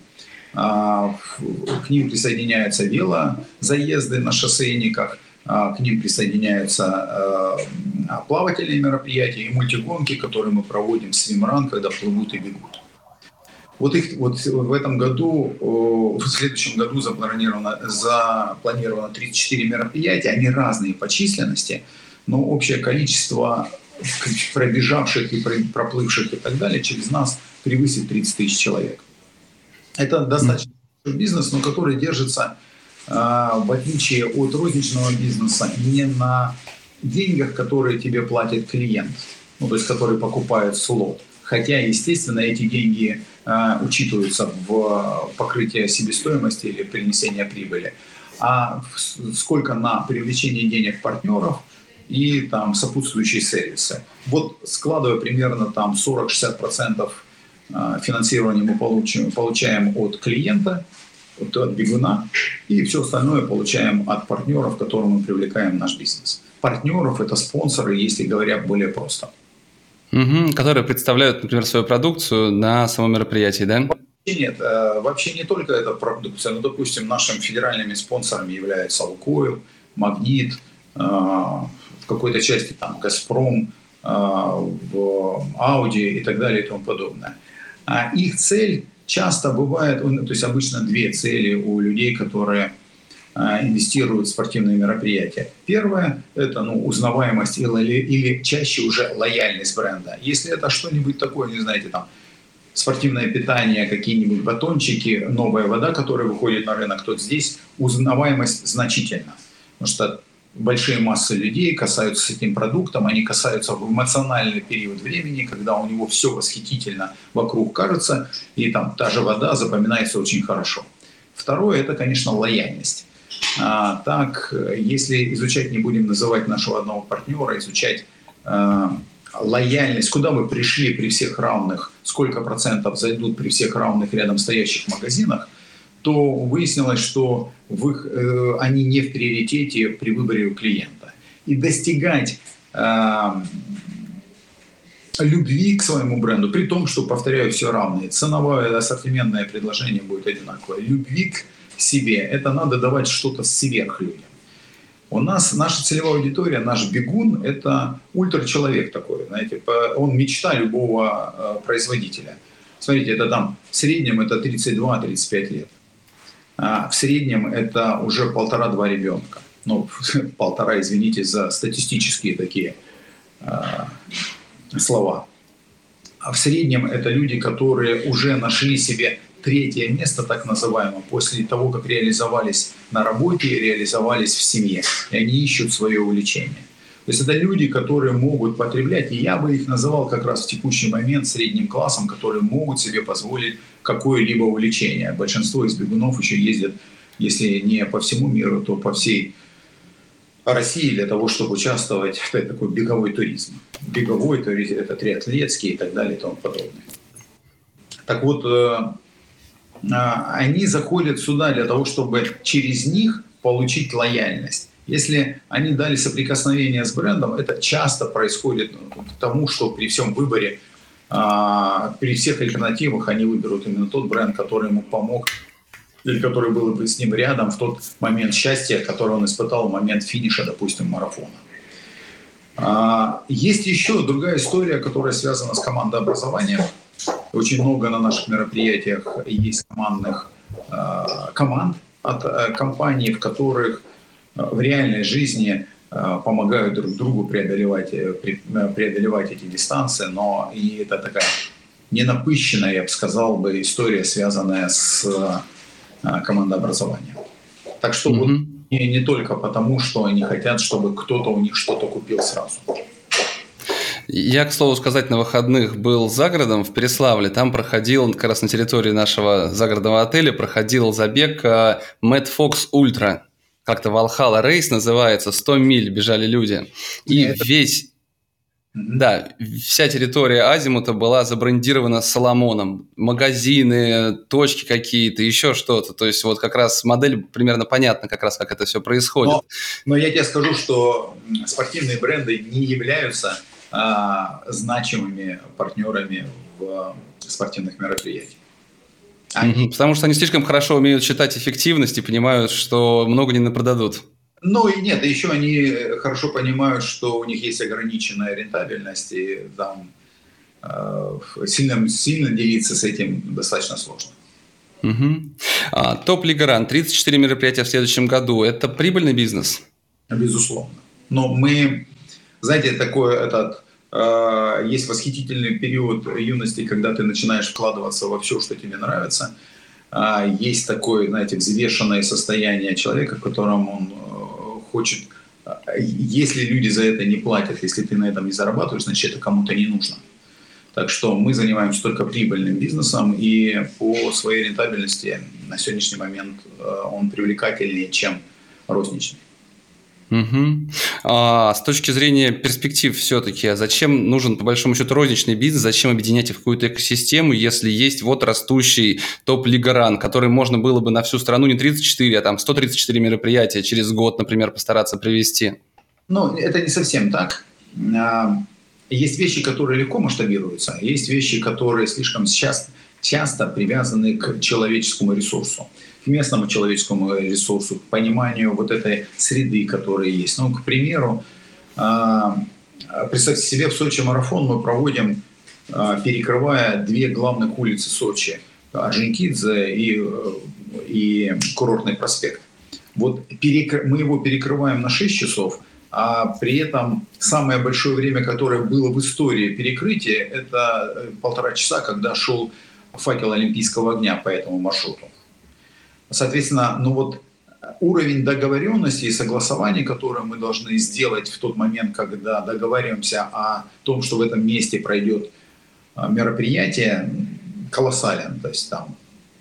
К ним присоединяются велозаезды на шоссейниках, к ним присоединяются плавательные мероприятия и мультигонки, которые мы проводим в свимран, когда плывут и бегут. Вот, их, вот в этом году, в следующем году запланировано, запланировано тридцать четыре мероприятия, они разные по численности, но общее количество пробежавших и проплывших и так далее через нас превысит тридцать тысяч человек. Это достаточно большой бизнес, но который держится, в отличие от розничного бизнеса, не на деньгах, которые тебе платит клиент, ну, то есть который покупает слот. Хотя, естественно, эти деньги э, учитываются в покрытии себестоимости или принесения прибыли. А сколько на привлечение денег партнеров и там сопутствующие сервисы. Вот складывая примерно там сорок-шестьдесят процентов финансирования мы получим, получаем от клиента, от, от бегуна, и все остальное получаем от партнеров, которым мы привлекаем в наш бизнес. Партнеров — это спонсоры, если говоря более просто. Угу, которые представляют, например, свою продукцию на самом мероприятии, да? Нет, вообще не только эта продукция. Ну, допустим, нашими федеральными спонсорами являются «Лукойл», «Магнит», в какой-то части там «Газпром», в «Ауди» и так далее и тому подобное. А их цель часто бывает, то есть обычно две цели у людей, которые инвестируют в спортивные мероприятия. Первое – это ну, узнаваемость или, или чаще уже лояльность бренда. Если это что-нибудь такое, не знаете, там, спортивное питание, какие-нибудь батончики, новая вода, которая выходит на рынок, то здесь узнаваемость значительна. Потому что большие массы людей касаются с этим продуктом, они касаются в эмоциональный период времени, когда у него все восхитительно вокруг кажется, и там та же вода запоминается очень хорошо. Второе – это, конечно, лояльность. А, так, если изучать, не будем называть нашего одного партнера, изучать э, лояльность, куда мы пришли при всех равных, сколько процентов зайдут при всех равных рядом стоящих магазинах, то выяснилось, что в их, э, они не в приоритете при выборе клиента. И достигать э, любви к своему бренду, при том, что, повторяю, все равное, ценовое ассортиментное предложение будет одинаковое. Любви к себе, это надо давать что-то сверх людям. У нас наша целевая аудитория, наш бегун – это ультрачеловек такой, знаете, он мечта любого э, производителя. Смотрите, это там в среднем это тридцать два - тридцать пять лет. А в среднем это уже полтора-два ребенка. Ну, полтора, извините за статистические такие э, слова. А в среднем это люди, которые уже нашли себе третье место, так называемое, после того, как реализовались на работе и реализовались в семье. И они ищут свое увлечение. То есть это люди, которые могут потреблять, и я бы их называл как раз в текущий момент средним классом, которые могут себе позволить какое-либо увлечение. Большинство из бегунов еще ездят, если не по всему миру, то по всей России для того, чтобы участвовать в такой беговой туризм. Беговой туризм – это триатлетский и так далее и тому подобное. Так вот, они заходят сюда для того, чтобы через них получить лояльность. Если они дали соприкосновение с брендом, это часто происходит к тому, что при всем выборе, при всех альтернативах они выберут именно тот бренд, который ему помог, или который был бы с ним рядом в тот момент счастья, который он испытал в момент финиша, допустим, марафона. Есть еще другая история, которая связана с командообразованием. Очень много на наших мероприятиях есть командных команд от компаний, в которых в реальной жизни помогают друг другу преодолевать, преодолевать эти дистанции, но и это такая ненапыщенная, я бы сказал, бы, история, связанная с командообразованием. Так что mm-hmm. вот не, не только потому, что они хотят, чтобы кто-то у них что-то купил сразу. Я, к слову сказать, на выходных был за городом в Переславле. Там проходил, как раз на территории нашего загородного отеля, проходил забег Mad Fox Ultra. Как-то Valhalla Race называется, сто миль бежали люди. И Нет, весь... Да, вся территория Азимута была забрендирована Соломоном. Магазины, точки какие-то, еще что-то. То есть вот как раз модель примерно понятна, как раз как это все происходит. Но, но я тебе скажу, что спортивные бренды не являются а, значимыми партнерами в спортивных мероприятиях. Они... Потому что они слишком хорошо умеют считать эффективность и понимают, что много не напродадут. Ну и нет, еще они хорошо понимают, что у них есть ограниченная рентабельность, и там э, сильно, сильно делиться с этим достаточно сложно. Угу. А, Топ-лига Ран, тридцать четыре мероприятия в следующем году. Это прибыльный бизнес? Безусловно. Но мы, знаете, такой этот, э, есть восхитительный период юности, когда ты начинаешь вкладываться во все, что тебе нравится. Э, есть такое, знаете, взвешенное состояние человека, в котором он хочет, если люди за это не платят, если ты на этом не зарабатываешь, значит, это кому-то не нужно. Так что мы занимаемся только прибыльным бизнесом, и по своей рентабельности на сегодняшний момент он привлекательнее, чем розничный. Угу. А с точки зрения перспектив все-таки, зачем нужен по большому счету розничный бизнес, зачем объединять их в какую-то экосистему, если есть вот растущий топ-лига Ран, который можно было бы на всю страну не тридцать четыре, а там сто тридцать четыре мероприятия через год, например, постараться привести? Ну, это не совсем так. Есть вещи, которые легко масштабируются, есть вещи, которые слишком часто, часто привязаны к человеческому ресурсу, к местному человеческому ресурсу, к пониманию вот этой среды, которая есть. Ну, к примеру, представьте себе, в Сочи марафон мы проводим, перекрывая две главных улицы Сочи, Орджоникидзе и, и Курортный проспект. Вот перекр... мы его перекрываем на шесть часов, а при этом самое большое время, которое было в истории перекрытия, это полтора часа, когда шел факел Олимпийского огня по этому маршруту. Соответственно, ну вот уровень договоренности и согласования, который мы должны сделать в тот момент, когда договариваемся о том, что в этом месте пройдет мероприятие, колоссален. То есть там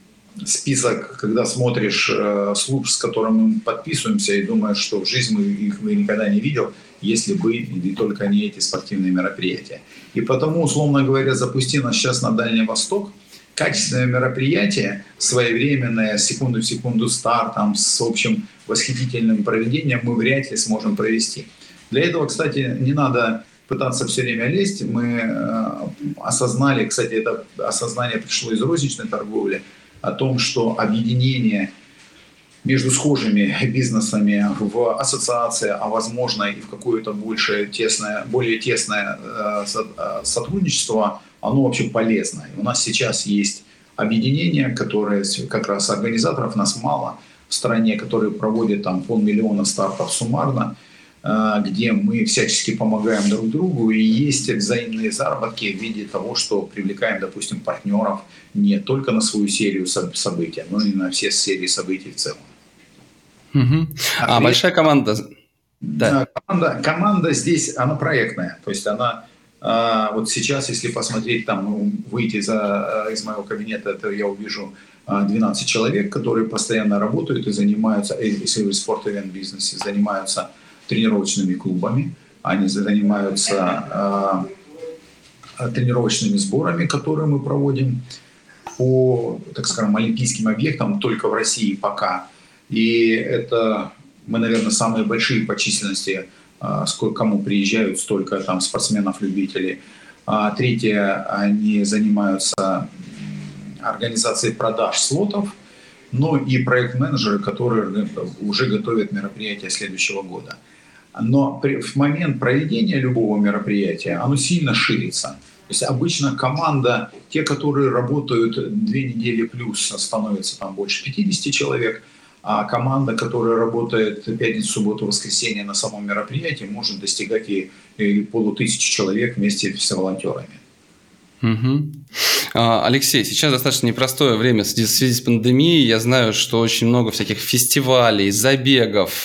список, когда смотришь э, служб, с которыми мы подписываемся, и думаешь, что в жизни мы их никогда не видел, если бы и только не эти спортивные мероприятия. И потому, условно говоря, запусти нас сейчас на Дальний Восток, качественное мероприятие, своевременное, секунду в секунду стартом, с общим восхитительным проведением мы вряд ли сможем провести. Для этого, кстати, не надо пытаться все время лезть. Мы э, осознали, кстати, это осознание пришло из розничной торговли, о том, что объединение между схожими бизнесами в ассоциации, а возможно и в какое-то большее, тесное, более тесное э, сотрудничество, оно вообще полезно. И у нас сейчас есть объединение, которое как раз организаторов, нас мало в стране, которые проводят там полмиллиона стартов суммарно, где мы всячески помогаем друг другу, и есть взаимные заработки в виде того, что привлекаем, допустим, партнеров не только на свою серию событий, но и на все серии событий в целом. Угу. А, а большая команда? Да. Команда, команда здесь, она проектная, то есть она вот сейчас, если посмотреть, там, выйти за, из моего кабинета, то я увижу двенадцать человек, которые постоянно работают и занимаются, если вы в спорт-ивент-бизнесе, занимаются тренировочными клубами, они занимаются э, тренировочными сборами, которые мы проводим по, так скажем, олимпийским объектам только в России пока. И это мы, наверное, самые большие по численности, э, сколько кому приезжают, столько там спортсменов-любителей. А третье, они занимаются организацией продаж слотов, но и проект-менеджеры, которые уже готовят мероприятия следующего года. Но в момент проведения любого мероприятия оно сильно ширится. То есть обычно команда, те, которые работают две недели плюс, становится там больше пятидесяти человек, а команда, которая работает пятницу, субботу, воскресенье на самом мероприятии, может достигать и, и полутысячи человек вместе с волонтерами. Угу. Алексей, сейчас достаточно непростое время в связи с пандемией. Я знаю, что очень много всяких фестивалей, забегов,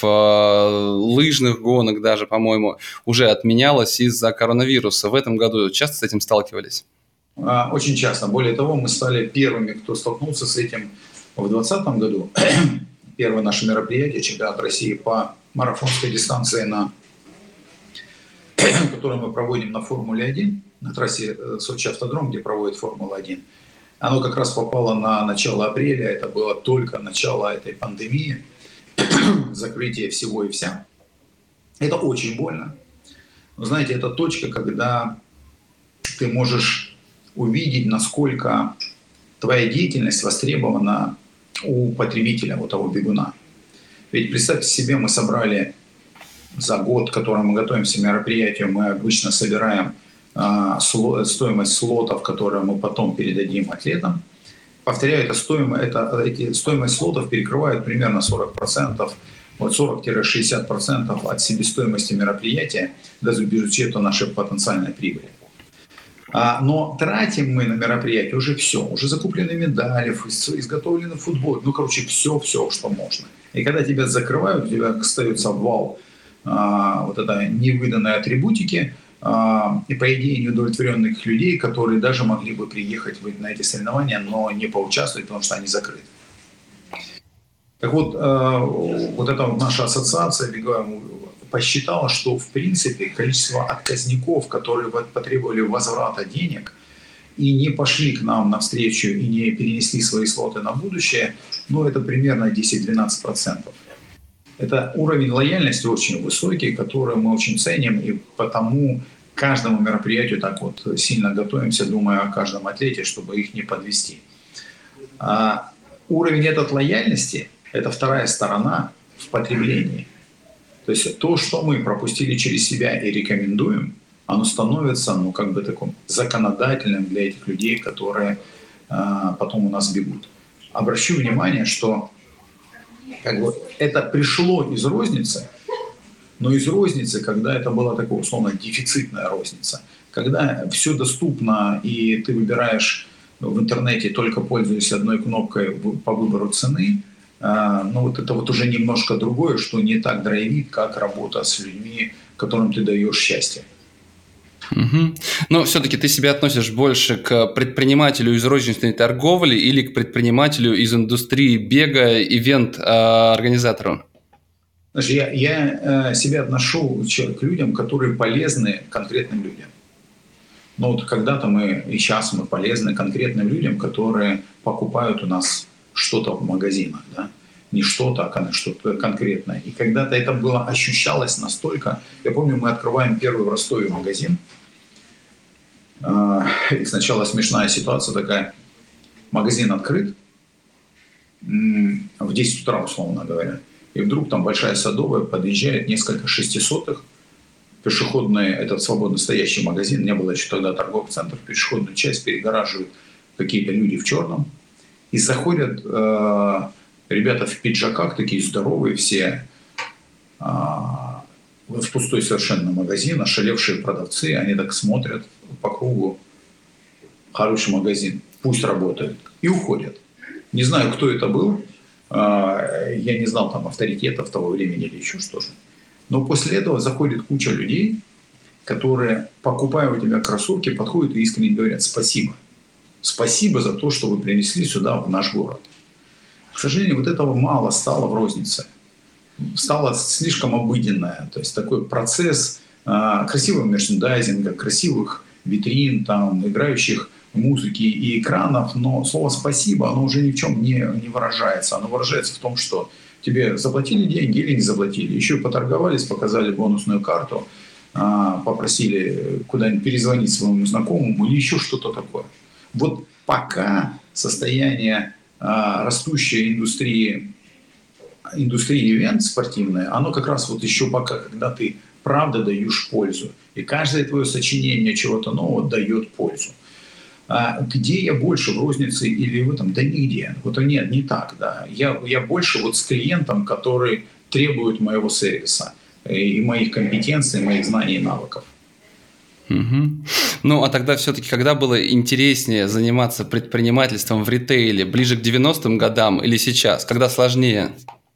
лыжных гонок даже, по-моему, уже отменялось из-за коронавируса. В этом году часто с этим сталкивались? Очень часто. Более того, мы стали первыми, кто столкнулся с этим в двадцатом году. Первое наше мероприятие, чемпионат России по марафонской дистанции на которое мы проводим на Формуле один, на трассе Сочи-Автодром, где проводит Формула один, оно как раз попало на начало апреля, это было только начало этой пандемии, закрытие всего и вся. Это очень больно. Но знаете, это точка, когда ты можешь увидеть, насколько твоя деятельность востребована у потребителя, у того бегуна. Ведь представьте себе, мы собрали за год, который мы готовимся к мероприятию, мы обычно собираем э, сло, стоимость слотов, которые мы потом передадим атлетам. Повторяю, это стоимость, это, эти, стоимость слотов перекрывает примерно сорок процентов, вот сорок-шестьдесят процентов от себестоимости мероприятия, даже без учета нашей потенциальной прибыли. А, но тратим мы на мероприятие уже все, уже закуплены медали, изготовлены футбол, ну, короче, все-все, что можно. И когда тебя закрывают, у тебя остается вал а, вот этой невыданной атрибутики а, и, по идее, неудовлетворенных людей, которые даже могли бы приехать на эти соревнования, но не поучаствовать, потому что они закрыты. Так вот, а, вот эта вот наша ассоциация беговая посчитала, что, в принципе, количество отказников, которые потребовали возврата денег и не пошли к нам навстречу и не перенесли свои слоты на будущее, ну, это примерно десять-двенадцать процентов. Это уровень лояльности очень высокий, который мы очень ценим, и потому к каждому мероприятию так вот сильно готовимся, думая о каждом атлете, чтобы их не подвести. А уровень этот лояльности – это вторая сторона в потреблении. То есть то, что мы пропустили через себя и рекомендуем, оно становится, ну, как бы таким законодательным для этих людей, которые э, потом у нас бегут. Обращу внимание, что как бы, это пришло из розницы, но из розницы, когда это была такая условно дефицитная розница, когда все доступно и ты выбираешь в интернете, только пользуясь одной кнопкой по выбору цены, но вот это вот уже немножко другое, что не так драйвит, как работа с людьми, которым ты даешь счастье. Угу. Но все-таки ты себя относишь больше к предпринимателю из розничной торговли или к предпринимателю из индустрии бега, ивент-организатору? Знаешь, я, я себя отношу к людям, которые полезны конкретным людям. Но вот когда-то мы, и сейчас мы полезны конкретным людям, которые покупают у нас что-то в магазинах, да? Не что-то, а что-то конкретное. И когда-то это было, ощущалось настолько... Я помню, мы открываем первый в Ростове магазин. И сначала смешная ситуация такая. Магазин открыт в десять утра, условно говоря. И вдруг там большая Садовая, подъезжает несколько шестисотых. Пешеходный, этот свободно стоящий магазин, не было еще тогда торговых центров, пешеходную часть перегораживают какие-то люди в черном. И заходят э, ребята в пиджаках, такие здоровые все, э, в пустой совершенно магазин, ошалевшие продавцы, они так смотрят по кругу, хороший магазин, пусть работает, и уходят. Не знаю, кто это был, э, я не знал там авторитетов того времени или еще что-то. Но после этого заходит куча людей, которые, покупая у тебя кроссовки, подходят и искренне говорят спасибо. Спасибо за то, что вы принесли сюда, в наш город. К сожалению, вот этого мало стало в рознице. Стало слишком обыденное. То есть такой процесс э, красивого мерчендайзинга, красивых витрин, там, играющих музыки и экранов. Но слово «спасибо», оно уже ни в чем не, не выражается. Оно выражается в том, что тебе заплатили деньги или не заплатили. Еще и поторговались, показали бонусную карту, э, попросили куда-нибудь перезвонить своему знакомому или еще что-то такое. Вот пока состояние а, растущей индустрии, индустрии ивент спортивной, оно как раз вот еще пока, когда ты правда даешь пользу. И каждое твое сочинение чего-то нового дает пользу. А где я больше, в рознице или в этом? Да нигде. Вот нет, не так. Да. Я, я больше вот с клиентом, который требует моего сервиса и моих компетенций, моих знаний и навыков. Угу. Ну, а тогда все-таки, когда было интереснее заниматься предпринимательством в ритейле? Ближе к девяностым годам или сейчас? Когда сложнее?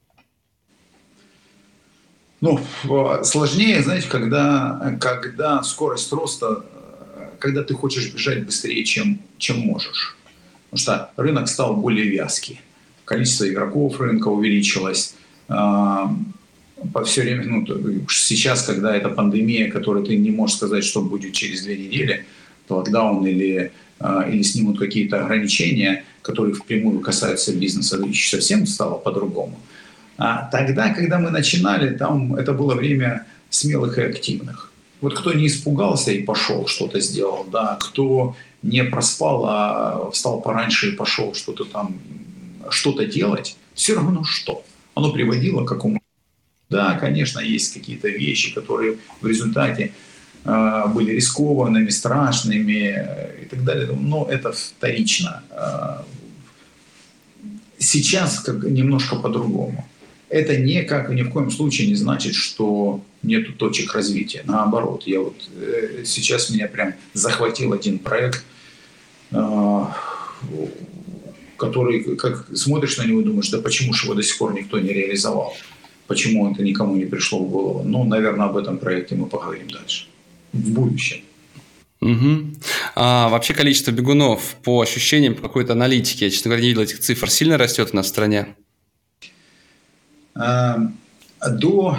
Ну, сложнее, знаете, когда, когда скорость роста, когда ты хочешь бежать быстрее, чем, чем можешь. Потому что рынок стал более вязкий. Количество игроков рынка увеличилось. по все время, ну, сейчас, когда это пандемия, которая ты не можешь сказать, что будет через две недели, то локдаун или, или снимут какие-то ограничения, которые впрямую касаются бизнеса, еще совсем стало по-другому. А тогда, когда мы начинали, там это было время смелых и активных. Вот кто не испугался и пошел, что-то сделал, да, кто не проспал, а встал пораньше и пошел что-то там, что-то делать, все равно что. Оно приводило к какому-то... Да, конечно, есть какие-то вещи, которые в результате э, были рискованными, страшными э, и так далее, но это вторично. Э, сейчас как, немножко по-другому. Это никак, ни в коем случае не значит, что нету точек развития. Наоборот, я вот э, сейчас меня прям захватил один проект, э, который, как смотришь на него и думаешь, да почему же его до сих пор никто не реализовал? Почему это никому не пришло в голову? Ну, наверное, об этом проекте мы поговорим дальше, в будущем. Угу. А вообще количество бегунов, по ощущениям, по какой-то аналитике, я, честно говоря, не видел этих цифр, сильно растет у нас в стране? До...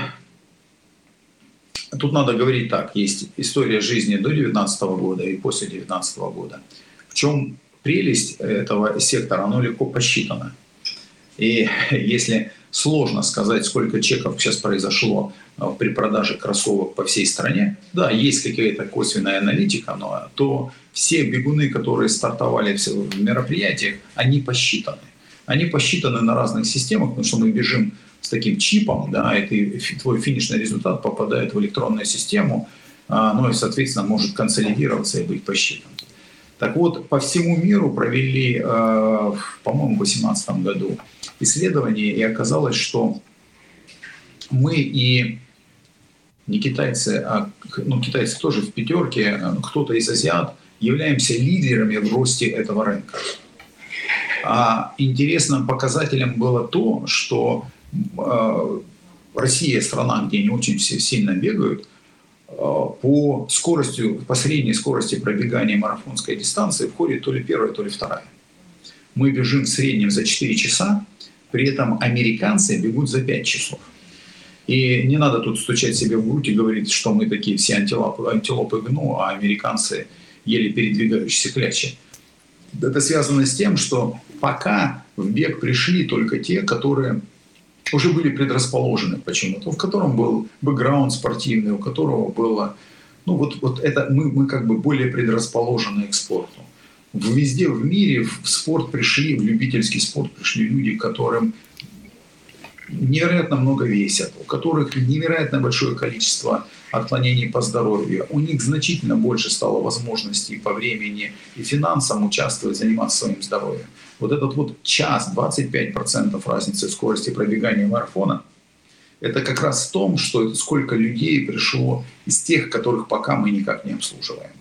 Тут надо говорить так, есть история жизни до две тысячи девятнадцатого года и после две тысячи девятнадцатого года. В чем прелесть этого сектора, оно легко посчитано. И если сложно сказать, сколько чеков сейчас произошло при продаже кроссовок по всей стране, да, есть какая-то косвенная аналитика, но то все бегуны, которые стартовали в мероприятиях, они посчитаны. Они посчитаны на разных системах, потому что мы бежим с таким чипом, да, и ты, твой финишный результат попадает в электронную систему, ну и, соответственно, может консолидироваться и быть посчитан. Так вот, по всему миру провели, по-моему, в две тысячи восемнадцатом году исследование, и оказалось, что мы и не китайцы, а ну, китайцы тоже в пятерке, кто-то из азиат, являемся лидерами в росте этого рынка. А интересным показателем было то, что э, Россия страна, где не очень все сильно бегают, э, по скорости, по средней скорости пробегания марафонской дистанции входит то ли первая, то ли вторая. Мы бежим в среднем за четыре часа, при этом американцы бегут за пять часов. И не надо тут стучать себе в грудь и говорить, что мы такие все антилопы, антилопы гну, а американцы еле передвигающиеся клячи. Это связано с тем, что пока в бег пришли только те, которые уже были предрасположены почему-то, в котором был бэкграунд спортивный, у которого было... Ну вот, вот это мы, мы как бы более предрасположены к спорту. Везде в мире в спорт пришли, в любительский спорт пришли люди, которым невероятно много весят, у которых невероятно большое количество отклонений по здоровью. У них значительно больше стало возможностей по времени и финансам участвовать, заниматься своим здоровьем. Вот этот вот час, двадцать пять процентов разницы скорости пробегания марафона, это как раз в том, что сколько людей пришло из тех, которых пока мы никак не обслуживаем.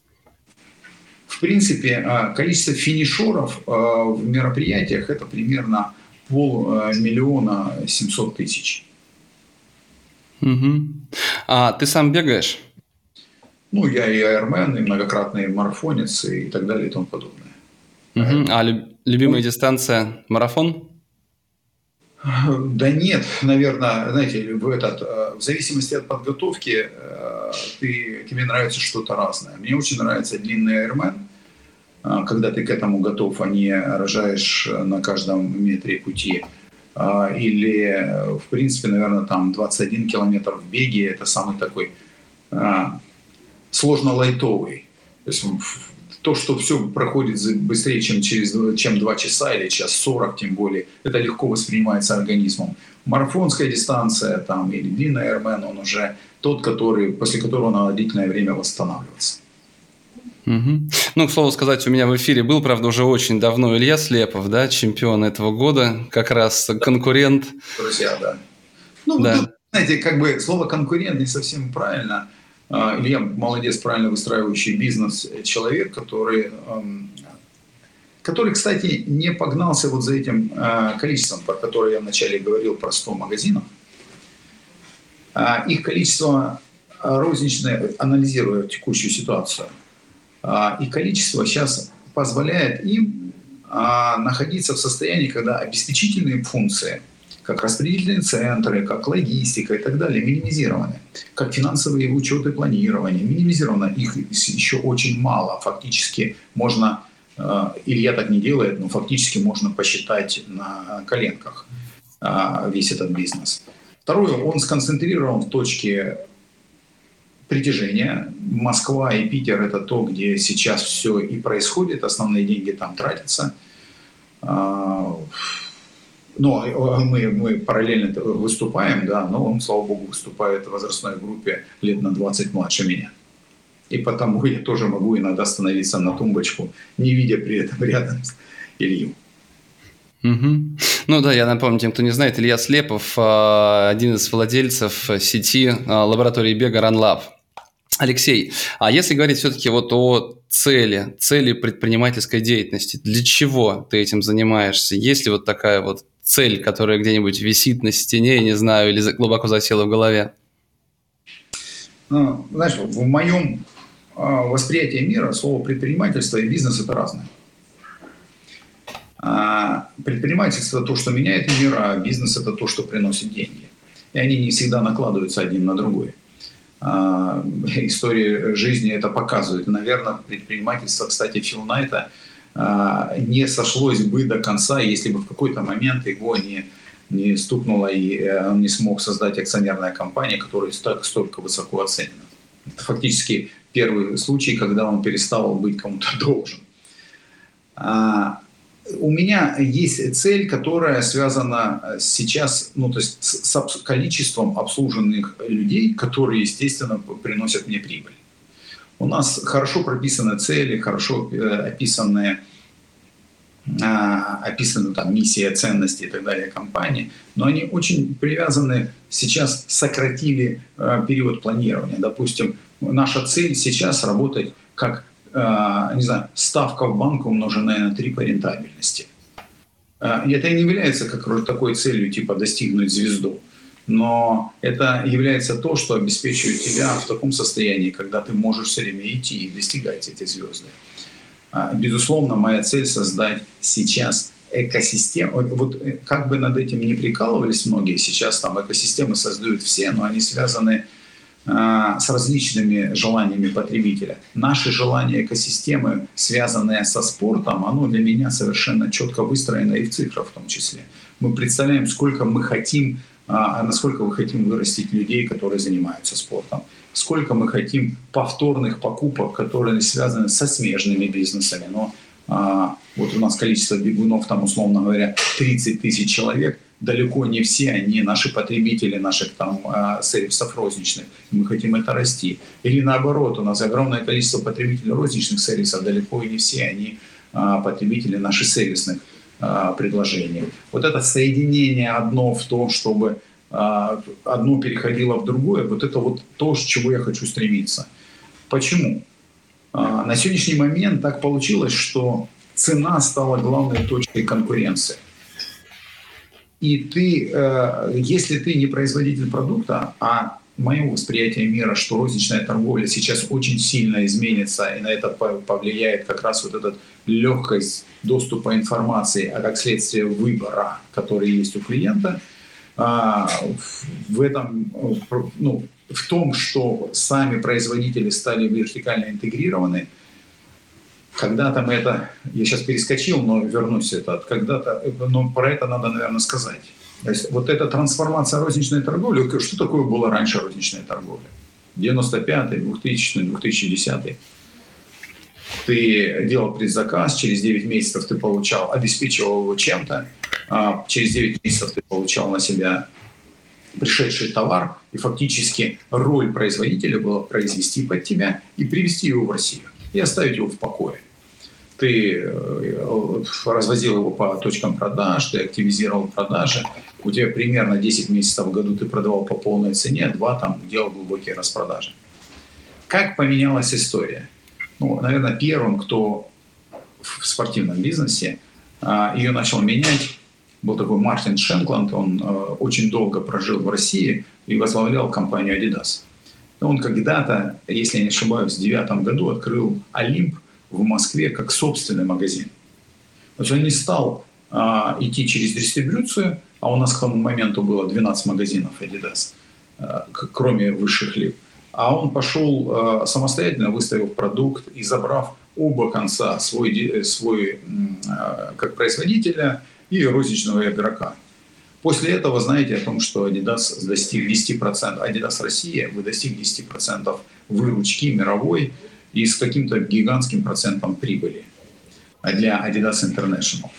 В принципе, количество финишеров в мероприятиях – это примерно полмиллиона семьсот тысяч. Угу. А ты сам бегаешь? Ну, я и айронмен, и многократный марафонец, и так далее, и тому подобное. Угу. А люб- любимая ну, дистанция – марафон? Да нет, наверное, знаете, в, этот, в зависимости от подготовки ты, тебе нравится что-то разное. Мне очень нравится длинный айронмен, когда ты к этому готов, а не рожаешь на каждом метре пути. Или, в принципе, наверное, там двадцать один километр в беге – это самый такой сложно лайтовый. То есть то, что все проходит быстрее, чем через чем два часа или час сорок, тем более, это легко воспринимается организмом. Марафонская дистанция там, или длинный айронмен, он уже тот, который, после которого надо длительное время восстанавливаться. Угу. Ну, к слову сказать, у меня в эфире был, правда, уже очень давно Илья Слепов, да, чемпион этого года, как раз да. конкурент. Друзья, да. Ну, да. Тут, знаете, как бы слово «конкурент» не совсем правильно. Илья молодец, правильно выстраивающий бизнес человек, который, который, кстати, не погнался вот за этим количеством, про которое я вначале говорил, про сто магазинов. Их количество розничное, анализируя текущую ситуацию, их количество сейчас позволяет им находиться в состоянии, когда обеспечительные функции, как распределительные центры, как логистика и так далее, минимизированы. Как финансовые учеты и планирование, минимизировано. Их еще очень мало. Фактически можно, Илья так не делает, но фактически можно посчитать на коленках весь этот бизнес. Второе, он сконцентрирован в точке притяжения. Москва и Питер – это то, где сейчас все и происходит, основные деньги там тратятся. Но мы, мы параллельно выступаем, да, но он, слава богу, выступает в возрастной группе лет на двадцать младше меня. И потому я тоже могу иногда становиться на тумбочку, не видя при этом рядом Илью. Угу. Ну да, я напомню тем, кто не знает, Илья Слепов, один из владельцев сети лаборатории бега RunLab. Алексей, а если говорить все-таки вот о цели, цели предпринимательской деятельности, для чего ты этим занимаешься? Есть ли вот такая вот цель, которая где-нибудь висит на стене, я не знаю, или глубоко засела в голове? Ну, знаешь, в моем восприятии мира слово предпринимательство и бизнес – это разное. Предпринимательство – то, что меняет мир, а бизнес – это то, что приносит деньги. И они не всегда накладываются один на другой. История жизни это показывает. Наверное, предпринимательство, кстати, Фил Найта не сошлось бы до конца, если бы в какой-то момент его не, не стукнуло и он не смог создать акционерная компания, которая так столько высоко оценена. Это фактически первый случай, когда он перестал быть кому-то должен. У меня есть цель, которая связана сейчас, ну, то есть с количеством обслуженных людей, которые, естественно, приносят мне прибыль. У нас хорошо прописаны цели, хорошо описаны, описаны там, миссия, ценности и так далее компании, но они очень привязаны, сейчас сократили период планирования. Допустим, наша цель сейчас работать как не знаю, ставка в банке, умноженная на три по рентабельности. И это не является как такой целью, типа достигнуть звезду, но это является то, что обеспечивает тебя в таком состоянии, когда ты можешь все время идти и достигать эти звезды. Безусловно, моя цель создать сейчас экосистему. Вот как бы над этим не прикалывались многие, сейчас там экосистемы создают все, но они связаны с различными желаниями потребителя. Наши желания экосистемы, связанные со спортом, оно для меня совершенно четко выстроено и в цифрах в том числе. Мы представляем, сколько мы хотим, насколько мы хотим вырастить людей, которые занимаются спортом, сколько мы хотим повторных покупок, которые связаны со смежными бизнесами. Но вот у нас количество бегунов, там, условно говоря, тридцать тысяч человек, далеко не все они наши потребители наших там сервисов розничных. Мы хотим это расти. Или наоборот, у нас огромное количество потребителей розничных сервисов, далеко не все они потребители наших сервисных предложений. Вот это соединение одно в том, чтобы одно переходило в другое, вот это вот то, с чего я хочу стремиться. Почему? На сегодняшний момент так получилось, что цена стала главной точкой конкуренции. И ты, если ты не производитель продукта, а мое восприятие мира, что розничная торговля сейчас очень сильно изменится, и на это повлияет как раз вот эта легкость доступа информации, а как следствие выбора, который есть у клиента, в этом, ну, в том, что сами производители стали вертикально интегрированы. Когда-то мы это, я сейчас перескочил, но вернусь это, когда-то, но про это надо, наверное, сказать. То есть вот эта трансформация розничной торговли, что такое было раньше розничная торговля? девяносто пятый, двухтысячный, две тысячи десятый. Ты делал предзаказ, через девять месяцев ты получал, обеспечивал его чем-то, а через девять месяцев ты получал на себя пришедший товар, и фактически роль производителя была произвести под тебя и привезти его в Россию и оставить его в покое. Ты развозил его по точкам продаж, ты активизировал продажи, у тебя примерно десять месяцев в году ты продавал по полной цене, два там делал глубокие распродажи. Как поменялась история? Ну, наверное, первым, кто в спортивном бизнесе ее начал менять, был такой Мартин Шенкланд, он очень долго прожил в России и возглавлял компанию Adidas. Он когда-то, если я не ошибаюсь, в девятом году открыл Олимп в Москве как собственный магазин. То есть он не стал а, идти через дистрибьюцию, а у нас к тому моменту было двенадцать магазинов Adidas, кроме высших лиг. А он пошел самостоятельно, выставил продукт и, забрав оба конца, свой, свой как производителя и розничного игрока. После этого знаете о том, что Adidas достиг десять процентов, Adidas Россия вы достиг десять процентов выручки мировой и с каким-то гигантским процентом прибыли для Adidas International.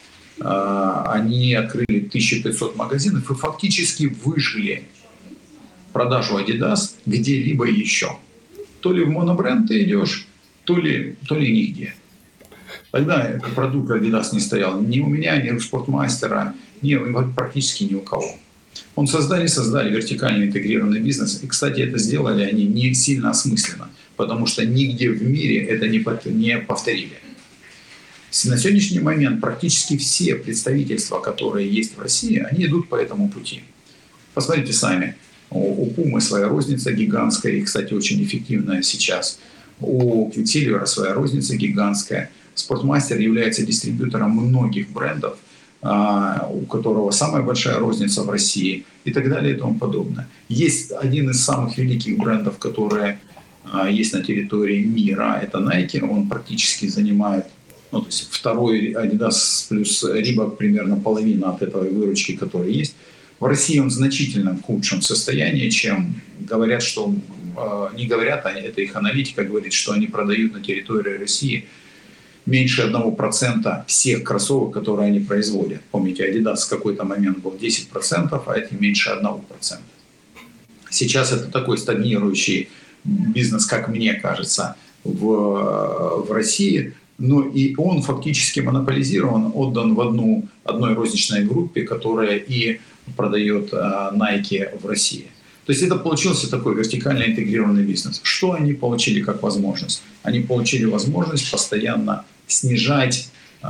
Они открыли тысячу пятьсот магазинов и фактически выжили продажу Adidas где-либо еще. То ли в монобренд ты идешь, то ли, то ли нигде. Тогда продукт Adidas не стоял ни у меня, ни у спортмастера, ни практически ни у кого. Он создали, создали вертикально интегрированный бизнес. И, кстати, это сделали они не сильно осмысленно, потому что нигде в мире это не повторили. На сегодняшний момент практически все представительства, которые есть в России, они идут по этому пути. Посмотрите сами. У Пумы своя розница гигантская, и, кстати, очень эффективная сейчас. У Квиксильвера своя розница гигантская. Спортмастер является дистрибьютором многих брендов, у которого самая большая розница в России и так далее и тому подобное. Есть один из самых великих брендов, которые есть на территории мира, это Nike. Он практически занимает, ну, то есть второй Adidas плюс Reebok, примерно половина от этой выручки, которая есть. В России он в значительно худшем состоянии, чем говорят, что не говорят, а это их аналитика говорит, что они продают на территории России меньше одного процента всех кроссовок, которые они производят. Помните, Adidas в какой-то момент был десять процентов, а это меньше одного процента. Сейчас это такой стагнирующий бизнес, как мне кажется, в, в России. Но и он фактически монополизирован, отдан в одну, одной розничной группе, которая и продает Nike в России. То есть это получился такой вертикально интегрированный бизнес. Что они получили как возможность? Они получили возможность постоянно снижать э,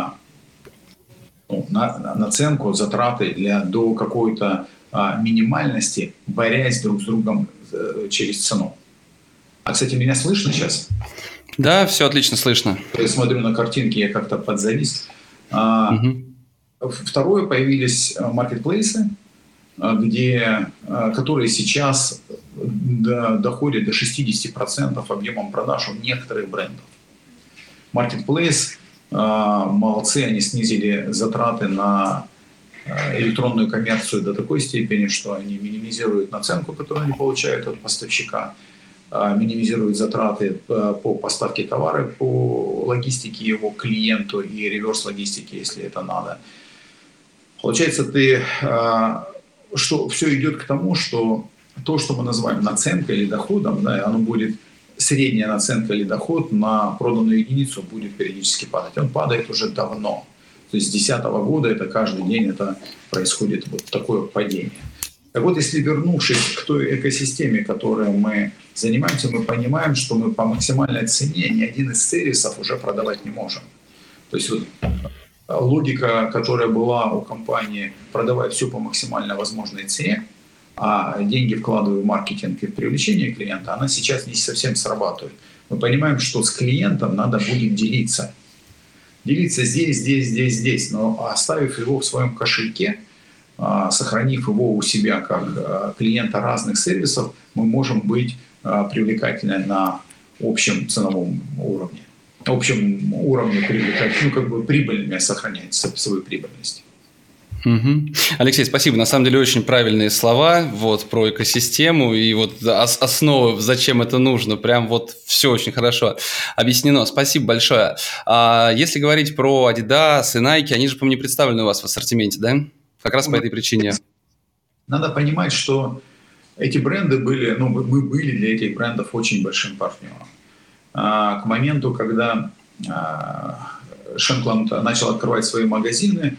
ну, на, на, наценку, затраты для, до какой-то э, минимальности, борясь друг с другом э, через цену. А, кстати, меня слышно сейчас? Да, все отлично слышно. Я смотрю на картинки, я как-то подзавис. А, угу. Второе, появились маркетплейсы, где, которые сейчас доходят до шестьдесят процентов объемом продаж у некоторых брендов. Marketplace, молодцы, они снизили затраты на электронную коммерцию до такой степени, что они минимизируют наценку, которую они получают от поставщика, минимизируют затраты по поставке товара, по логистике его клиенту и реверс-логистике, если это надо. Получается, ты... что все идет к тому, что то, что мы называем наценкой или доходом, да, оно будет, средняя наценка или доход на проданную единицу будет периодически падать. Он падает уже давно. То есть с две тысячи десятого года это каждый день это происходит вот такое падение. Так вот, если вернувшись к той экосистеме, которой мы занимаемся, мы понимаем, что мы по максимальной цене ни один из сервисов уже продавать не можем. То есть вот логика, которая была у компании, продавать все по максимально возможной цене, а деньги вкладываю в маркетинг и в привлечение клиента, она сейчас не совсем срабатывает. Мы понимаем, что с клиентом надо будет делиться. Делиться здесь, здесь, здесь, здесь, но оставив его в своем кошельке, сохранив его у себя как клиента разных сервисов, мы можем быть привлекательны на общем ценовом уровне. общем уровне привлекать, ну, как бы прибыльными сохранять свою прибыльность. Угу. Алексей, спасибо. На самом деле очень правильные слова вот, про экосистему и вот основу, зачем это нужно. Прям вот все очень хорошо объяснено. Спасибо большое. А если говорить про Adidas и Nike, они же, по-моему, не представлены у вас в ассортименте, да? Как раз ну, по этой причине. Надо понимать, что эти бренды были, ну, мы были для этих брендов очень большим партнером. К моменту, когда Шенкланд начал открывать свои магазины,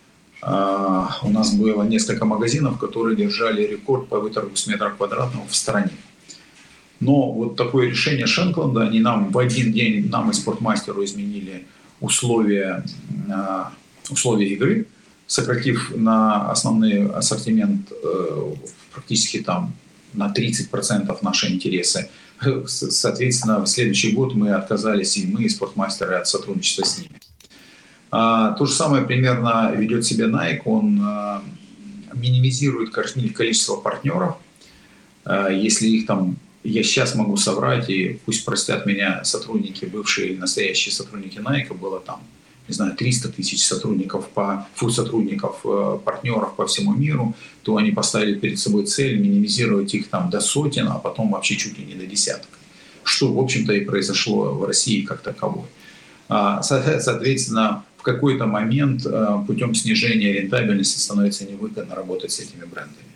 у нас было несколько магазинов, которые держали рекорд по выторгу с метра квадратного в стране. Но вот такое решение Шенкланда, они нам в один день, нам и спортмастеру изменили условия, условия игры, сократив на основной ассортимент практически там на тридцать процентов наши интересы. Соответственно, в следующий год мы отказались, и мы, и спортмастеры, от сотрудничества с ними. А, то же самое примерно ведет себя Nike. Он а, минимизирует количество партнеров. А, если их там, я сейчас могу соврать, и пусть простят меня сотрудники, бывшие или настоящие сотрудники Nike, было там, не знаю, триста тысяч сотрудников, по, фу, сотрудников, партнеров по всему миру, то они поставили перед собой цель минимизировать их там до сотен, а потом вообще чуть ли не до десяток. Что, в общем-то, и произошло в России как таковой. Соответственно, в какой-то момент путем снижения рентабельности становится невыгодно работать с этими брендами.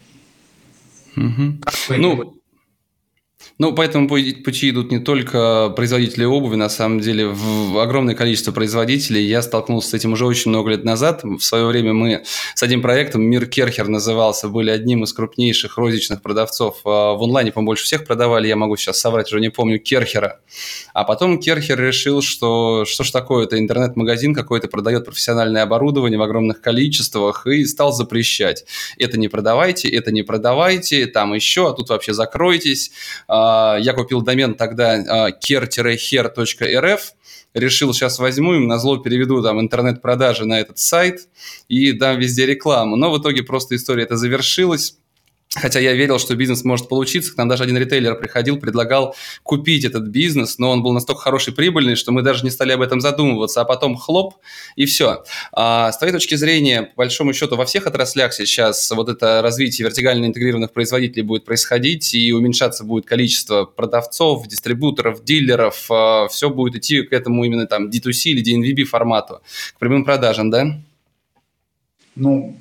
Угу. Ну, Ну, по этому пути идут не только производители обуви, на самом деле, в огромное количество производителей. Я столкнулся с этим уже очень много лет назад. В свое время мы с одним проектом, Мир Керхер назывался, были одним из крупнейших розничных продавцов. В онлайне, по-моему, больше всех продавали, я могу сейчас соврать, уже не помню, Керхера. А потом Керхер решил, что что ж такое, это интернет-магазин какой-то, продает профессиональное оборудование в огромных количествах, и стал запрещать. Это не продавайте, это не продавайте, там еще, а тут вообще закройтесь. Я купил домен тогда ker-her точка эр эф, решил, сейчас возьму им, назло переведу там интернет-продажи на этот сайт и дам везде рекламу. Но в итоге просто история эта завершилась. Хотя я верил, что бизнес может получиться. К нам даже один ритейлер приходил, предлагал купить этот бизнес, но он был настолько хороший, прибыльный, что мы даже не стали об этом задумываться. А потом хлоп, и все. А с твоей точки зрения, по большому счету, во всех отраслях сейчас вот это развитие вертикально интегрированных производителей будет происходить, и уменьшаться будет количество продавцов, дистрибуторов, дилеров. Все будет идти к этому именно там ди ту си или ди эн ви би формату, к прямым продажам, да? Ну...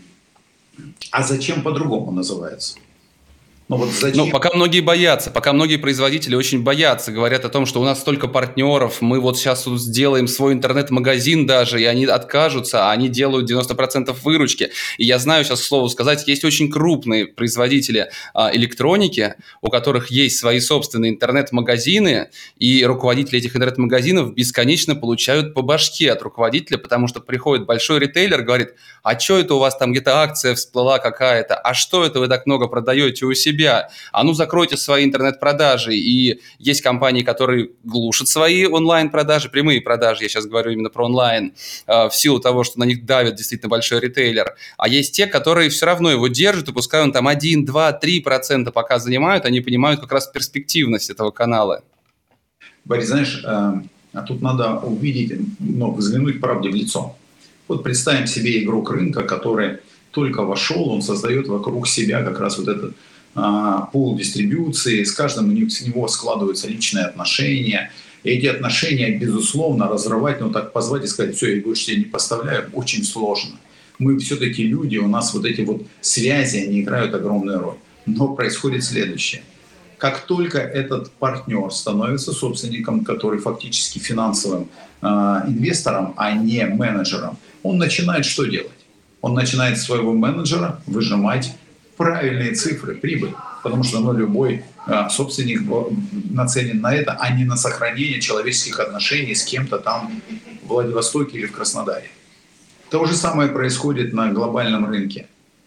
А зачем по-другому называется? Ну, вот зачем? Ну, пока многие боятся, пока многие производители очень боятся, говорят о том, что у нас столько партнеров, мы вот сейчас сделаем свой интернет-магазин даже, и они откажутся, а они делают девяносто процентов выручки. И я знаю, сейчас, к слову сказать, есть очень крупные производители а, электроники, у которых есть свои собственные интернет-магазины, и руководители этих интернет-магазинов бесконечно получают по башке от руководителя, потому что приходит большой ритейлер, говорит: а что это у вас там где-то акция всплыла какая-то, а что это вы так много продаете у себя? А ну закройте свои интернет-продажи. И есть компании, которые глушат свои онлайн-продажи, прямые продажи, я сейчас говорю именно про онлайн, в силу того, что на них давит действительно большой ритейлер. А есть те, которые все равно его держат, и пускай он там один, два, три процента пока занимают, они понимают как раз перспективность этого канала. Борис, знаешь, а тут надо увидеть, ну, взглянуть правде в лицо. Вот представим себе игрок рынка, который только вошел, он создает вокруг себя как раз вот этот пул дистрибьюции, с каждым у него складываются личные отношения. И эти отношения, безусловно, разрывать, ну так позвать и сказать: все, я больше тебе не поставляю, очень сложно. Мы все-таки люди, у нас вот эти вот связи, они играют огромную роль. Но происходит следующее. Как только этот партнер становится собственником, который фактически финансовым э, инвестором, а не менеджером, он начинает что делать? Он начинает своего менеджера выжимать правильные цифры, прибыль, потому что ну, любой э, собственник нацелен на это, а не на сохранение человеческих отношений с кем-то там в Владивостоке или в Краснодаре. То же самое происходит на глобальном рынке.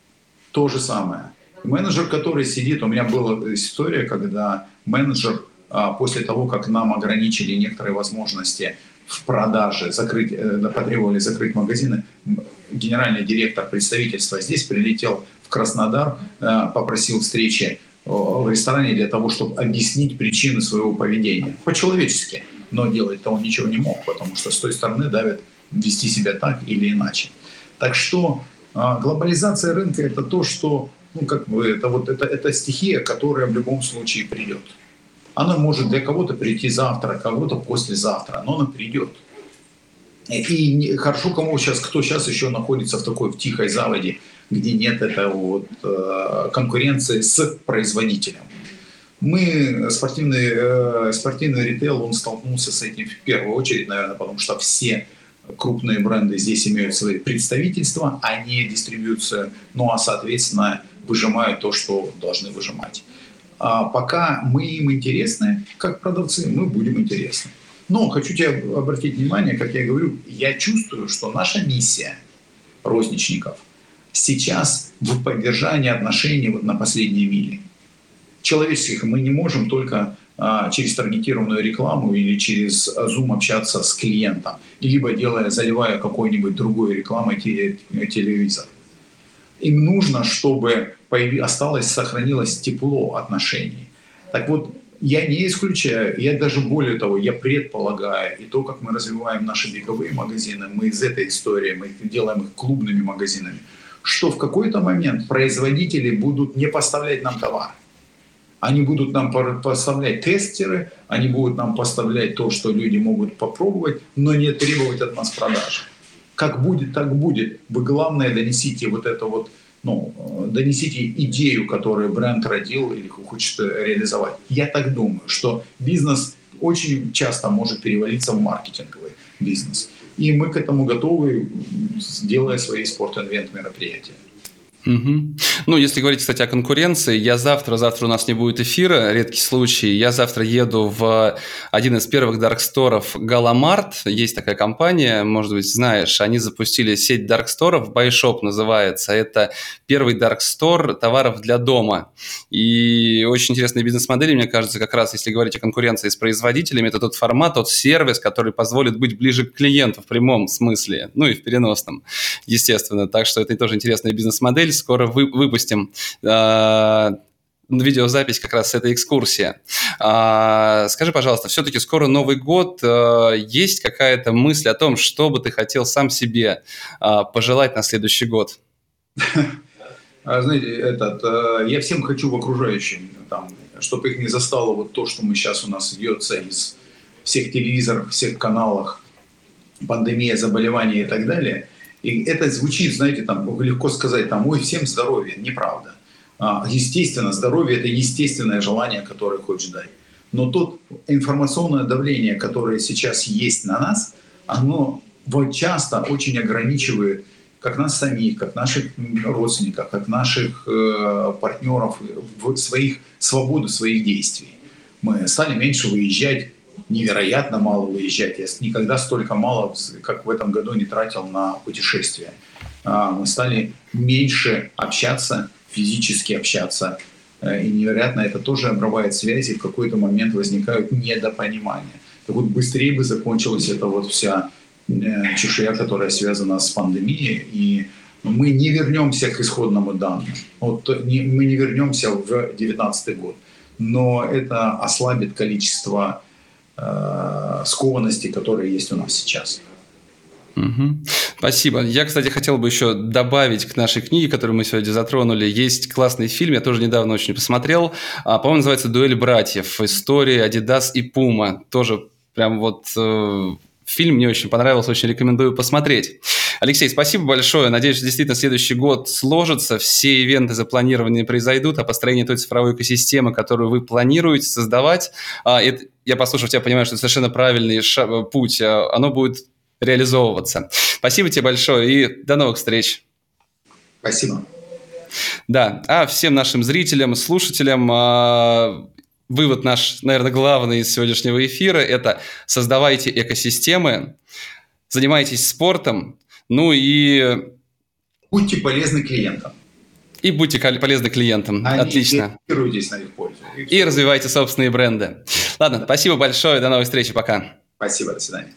То же самое. Менеджер, который сидит, у меня была история, когда менеджер э, после того, как нам ограничили некоторые возможности в продаже, закрыть, э, потребовали закрыть магазины, генеральный директор представительства здесь прилетел в Краснодар, попросил встречи в ресторане для того, чтобы объяснить причины своего поведения. По-человечески. Но делать-то он ничего не мог, потому что с той стороны давят вести себя так или иначе. Так что глобализация рынка – это то, что, ну, как бы, это, вот, это, это стихия, которая в любом случае придет. Она может для кого-то прийти завтра, кого-то послезавтра, но она придет. И хорошо, кому сейчас, кто сейчас еще находится в такой в тихой заводе, где нет этой вот, э, конкуренции с производителем. Мы, спортивный, э, спортивный ритейл, он столкнулся с этим в первую очередь, наверное, потому что все крупные бренды здесь имеют свои представительства, а не дистрибьюцию, ну а, соответственно, выжимают то, что должны выжимать. А пока мы им интересны, как продавцы, мы будем интересны. Но хочу тебе обратить внимание, как я говорю, я чувствую, что наша миссия розничников сейчас в поддержании отношений вот на последней миле. Человеческих мы не можем только через таргетированную рекламу или через Zoom общаться с клиентом, либо делая, заливая какой-нибудь другой рекламой телевизор. Им нужно, чтобы осталось, сохранилось тепло отношений. Так вот, я не исключаю, я даже более того, я предполагаю, и то, как мы развиваем наши беговые магазины, мы из этой истории, мы делаем их клубными магазинами, что в какой-то момент производители будут не поставлять нам товар. Они будут нам поставлять тестеры, они будут нам поставлять то, что люди могут попробовать, но не требовать от нас продажи. Как будет, так будет. Вы, главное, донесите вот это вот, ну, донесите идею, которую бренд родил или хочет реализовать. Я так думаю, что бизнес очень часто может перевалиться в маркетинговый бизнес. И мы к этому готовы, делая свои спорт-инвент мероприятия. Угу. Ну, если говорить, кстати, о конкуренции, я завтра, завтра у нас не будет эфира, редкий случай, я завтра еду в один из первых дарксторов Галамарт, есть такая компания, может быть, знаешь, они запустили сеть дарксторов, Байшоп называется, это первый даркстор товаров для дома, и очень интересная бизнес-модель, мне кажется, как раз, если говорить о конкуренции с производителями, это тот формат, тот сервис, который позволит быть ближе к клиенту в прямом смысле, ну и в переносном, естественно, так что это тоже интересная бизнес-модель. Скоро вы, выпустим э, видеозапись как раз с этой экскурсии. Э, скажи, пожалуйста, все-таки скоро Новый год. Э, есть какая-то мысль о том, что бы ты хотел сам себе э, пожелать на следующий год? Знаете, этот, э, я всем хочу в окружающем, там, чтобы их не застало вот то, что мы сейчас у нас льется из всех телевизоров, всех каналах, пандемия, заболевания и так далее. И это звучит, знаете, там легко сказать, там, ой, всем здоровья. Неправда. А, естественно, здоровье – это естественное желание, которое хочешь дать. Но то информационное давление, которое сейчас есть на нас, оно вот часто очень ограничивает как нас самих, как наших родственников, как наших э, партнеров в своих свободу своих действий. Мы стали меньше выезжать, невероятно мало выезжать. Я никогда столько мало, как в этом году, не тратил на путешествия. Мы стали меньше общаться, физически общаться. И невероятно, это тоже обрывает связи, в какой-то момент возникают недопонимания. Так вот, быстрее бы закончилась эта вот вся чешуя, которая связана с пандемией, и мы не вернемся к исходному данному. Вот мы не вернемся в две тысячи девятнадцатый год, но это ослабит количество скованности, которые есть у нас сейчас. Угу. Спасибо. Я, кстати, хотел бы еще добавить к нашей книге, которую мы сегодня затронули. Есть классный фильм, я тоже недавно очень посмотрел. По-моему, называется «Дуэль братьев». История Adidas и Puma. Тоже прям вот э, фильм мне очень понравился, очень рекомендую посмотреть. Алексей, спасибо большое. Надеюсь, что действительно следующий год сложится, все ивенты запланированные произойдут, а построение той цифровой экосистемы, которую вы планируете создавать, это, я, послушав тебя, понимаю, что это совершенно правильный ша- путь, оно будет реализовываться. Спасибо тебе большое и до новых встреч. Спасибо. Да, а всем нашим зрителям, слушателям, вывод наш, наверное, главный из сегодняшнего эфира – это создавайте экосистемы, занимайтесь спортом, ну и… Будьте полезны клиентам. И будьте полезны клиентам. Они Отлично. Ориентируйтесь на их пользу. И, и развивайте собственные бренды. Ладно, спасибо большое. До новой встречи. Пока. Спасибо. До свидания.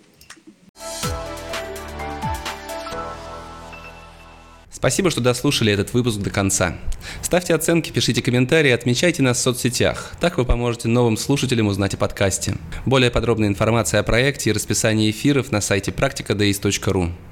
Спасибо, что дослушали этот выпуск до конца. Ставьте оценки, пишите комментарии, отмечайте нас в соцсетях. Так вы поможете новым слушателям узнать о подкасте. Более подробная информация о проекте и расписании эфиров на сайте практика дейс точка ру.